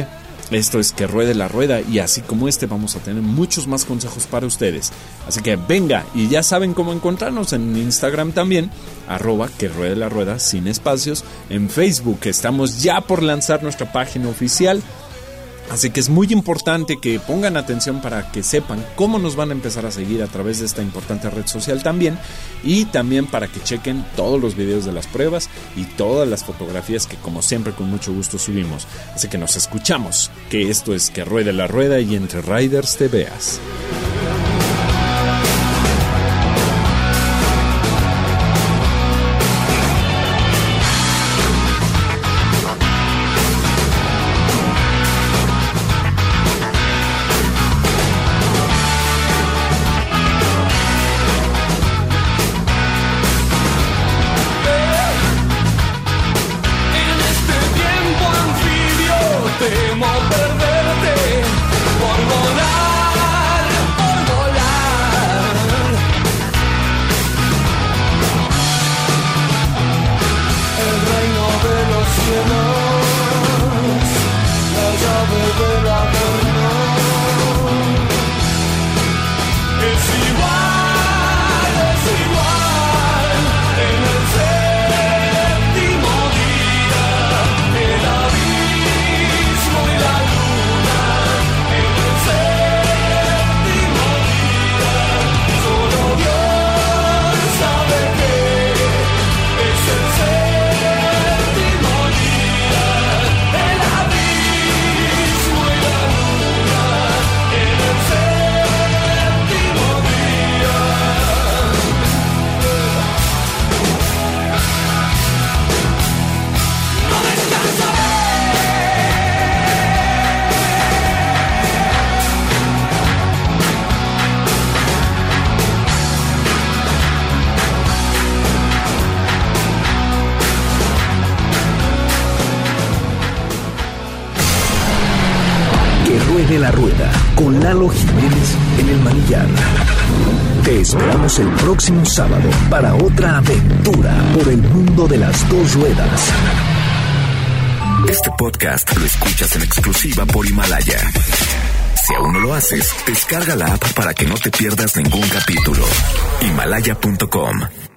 [SPEAKER 14] Esto es Que Ruede la Rueda, y así como este vamos a tener muchos más consejos para ustedes. Así que venga, y ya saben cómo encontrarnos en Instagram también, arroba Que Ruede la Rueda sin espacios. En Facebook estamos ya por lanzar nuestra página oficial. Así que es muy importante que pongan atención para que sepan cómo nos van a empezar a seguir a través de esta importante red social también, y también para que chequen todos los videos de las pruebas y todas las fotografías que como siempre con mucho gusto subimos. Así que nos escuchamos, que esto es Que Ruede la Rueda y entre Riders te veas.
[SPEAKER 10] Temo perderte por volar, por volar. El reino de los cielos, la llave del averno. Es igual, es igual en el séptimo día, el abismo y la luna. En el séptimo día, solo Dios sabe qué es el séptimo día, el abismo y la luna. En el séptimo día. No descansaré.
[SPEAKER 1] Que ruede la rueda con Lalo Jiménez en el manillar. Te esperamos el próximo sábado para otra aventura por el mundo de las dos ruedas. Este podcast lo escuchas en exclusiva por Himalaya. Si aún no lo haces, descarga la app para que no te pierdas ningún capítulo. Himalaya punto com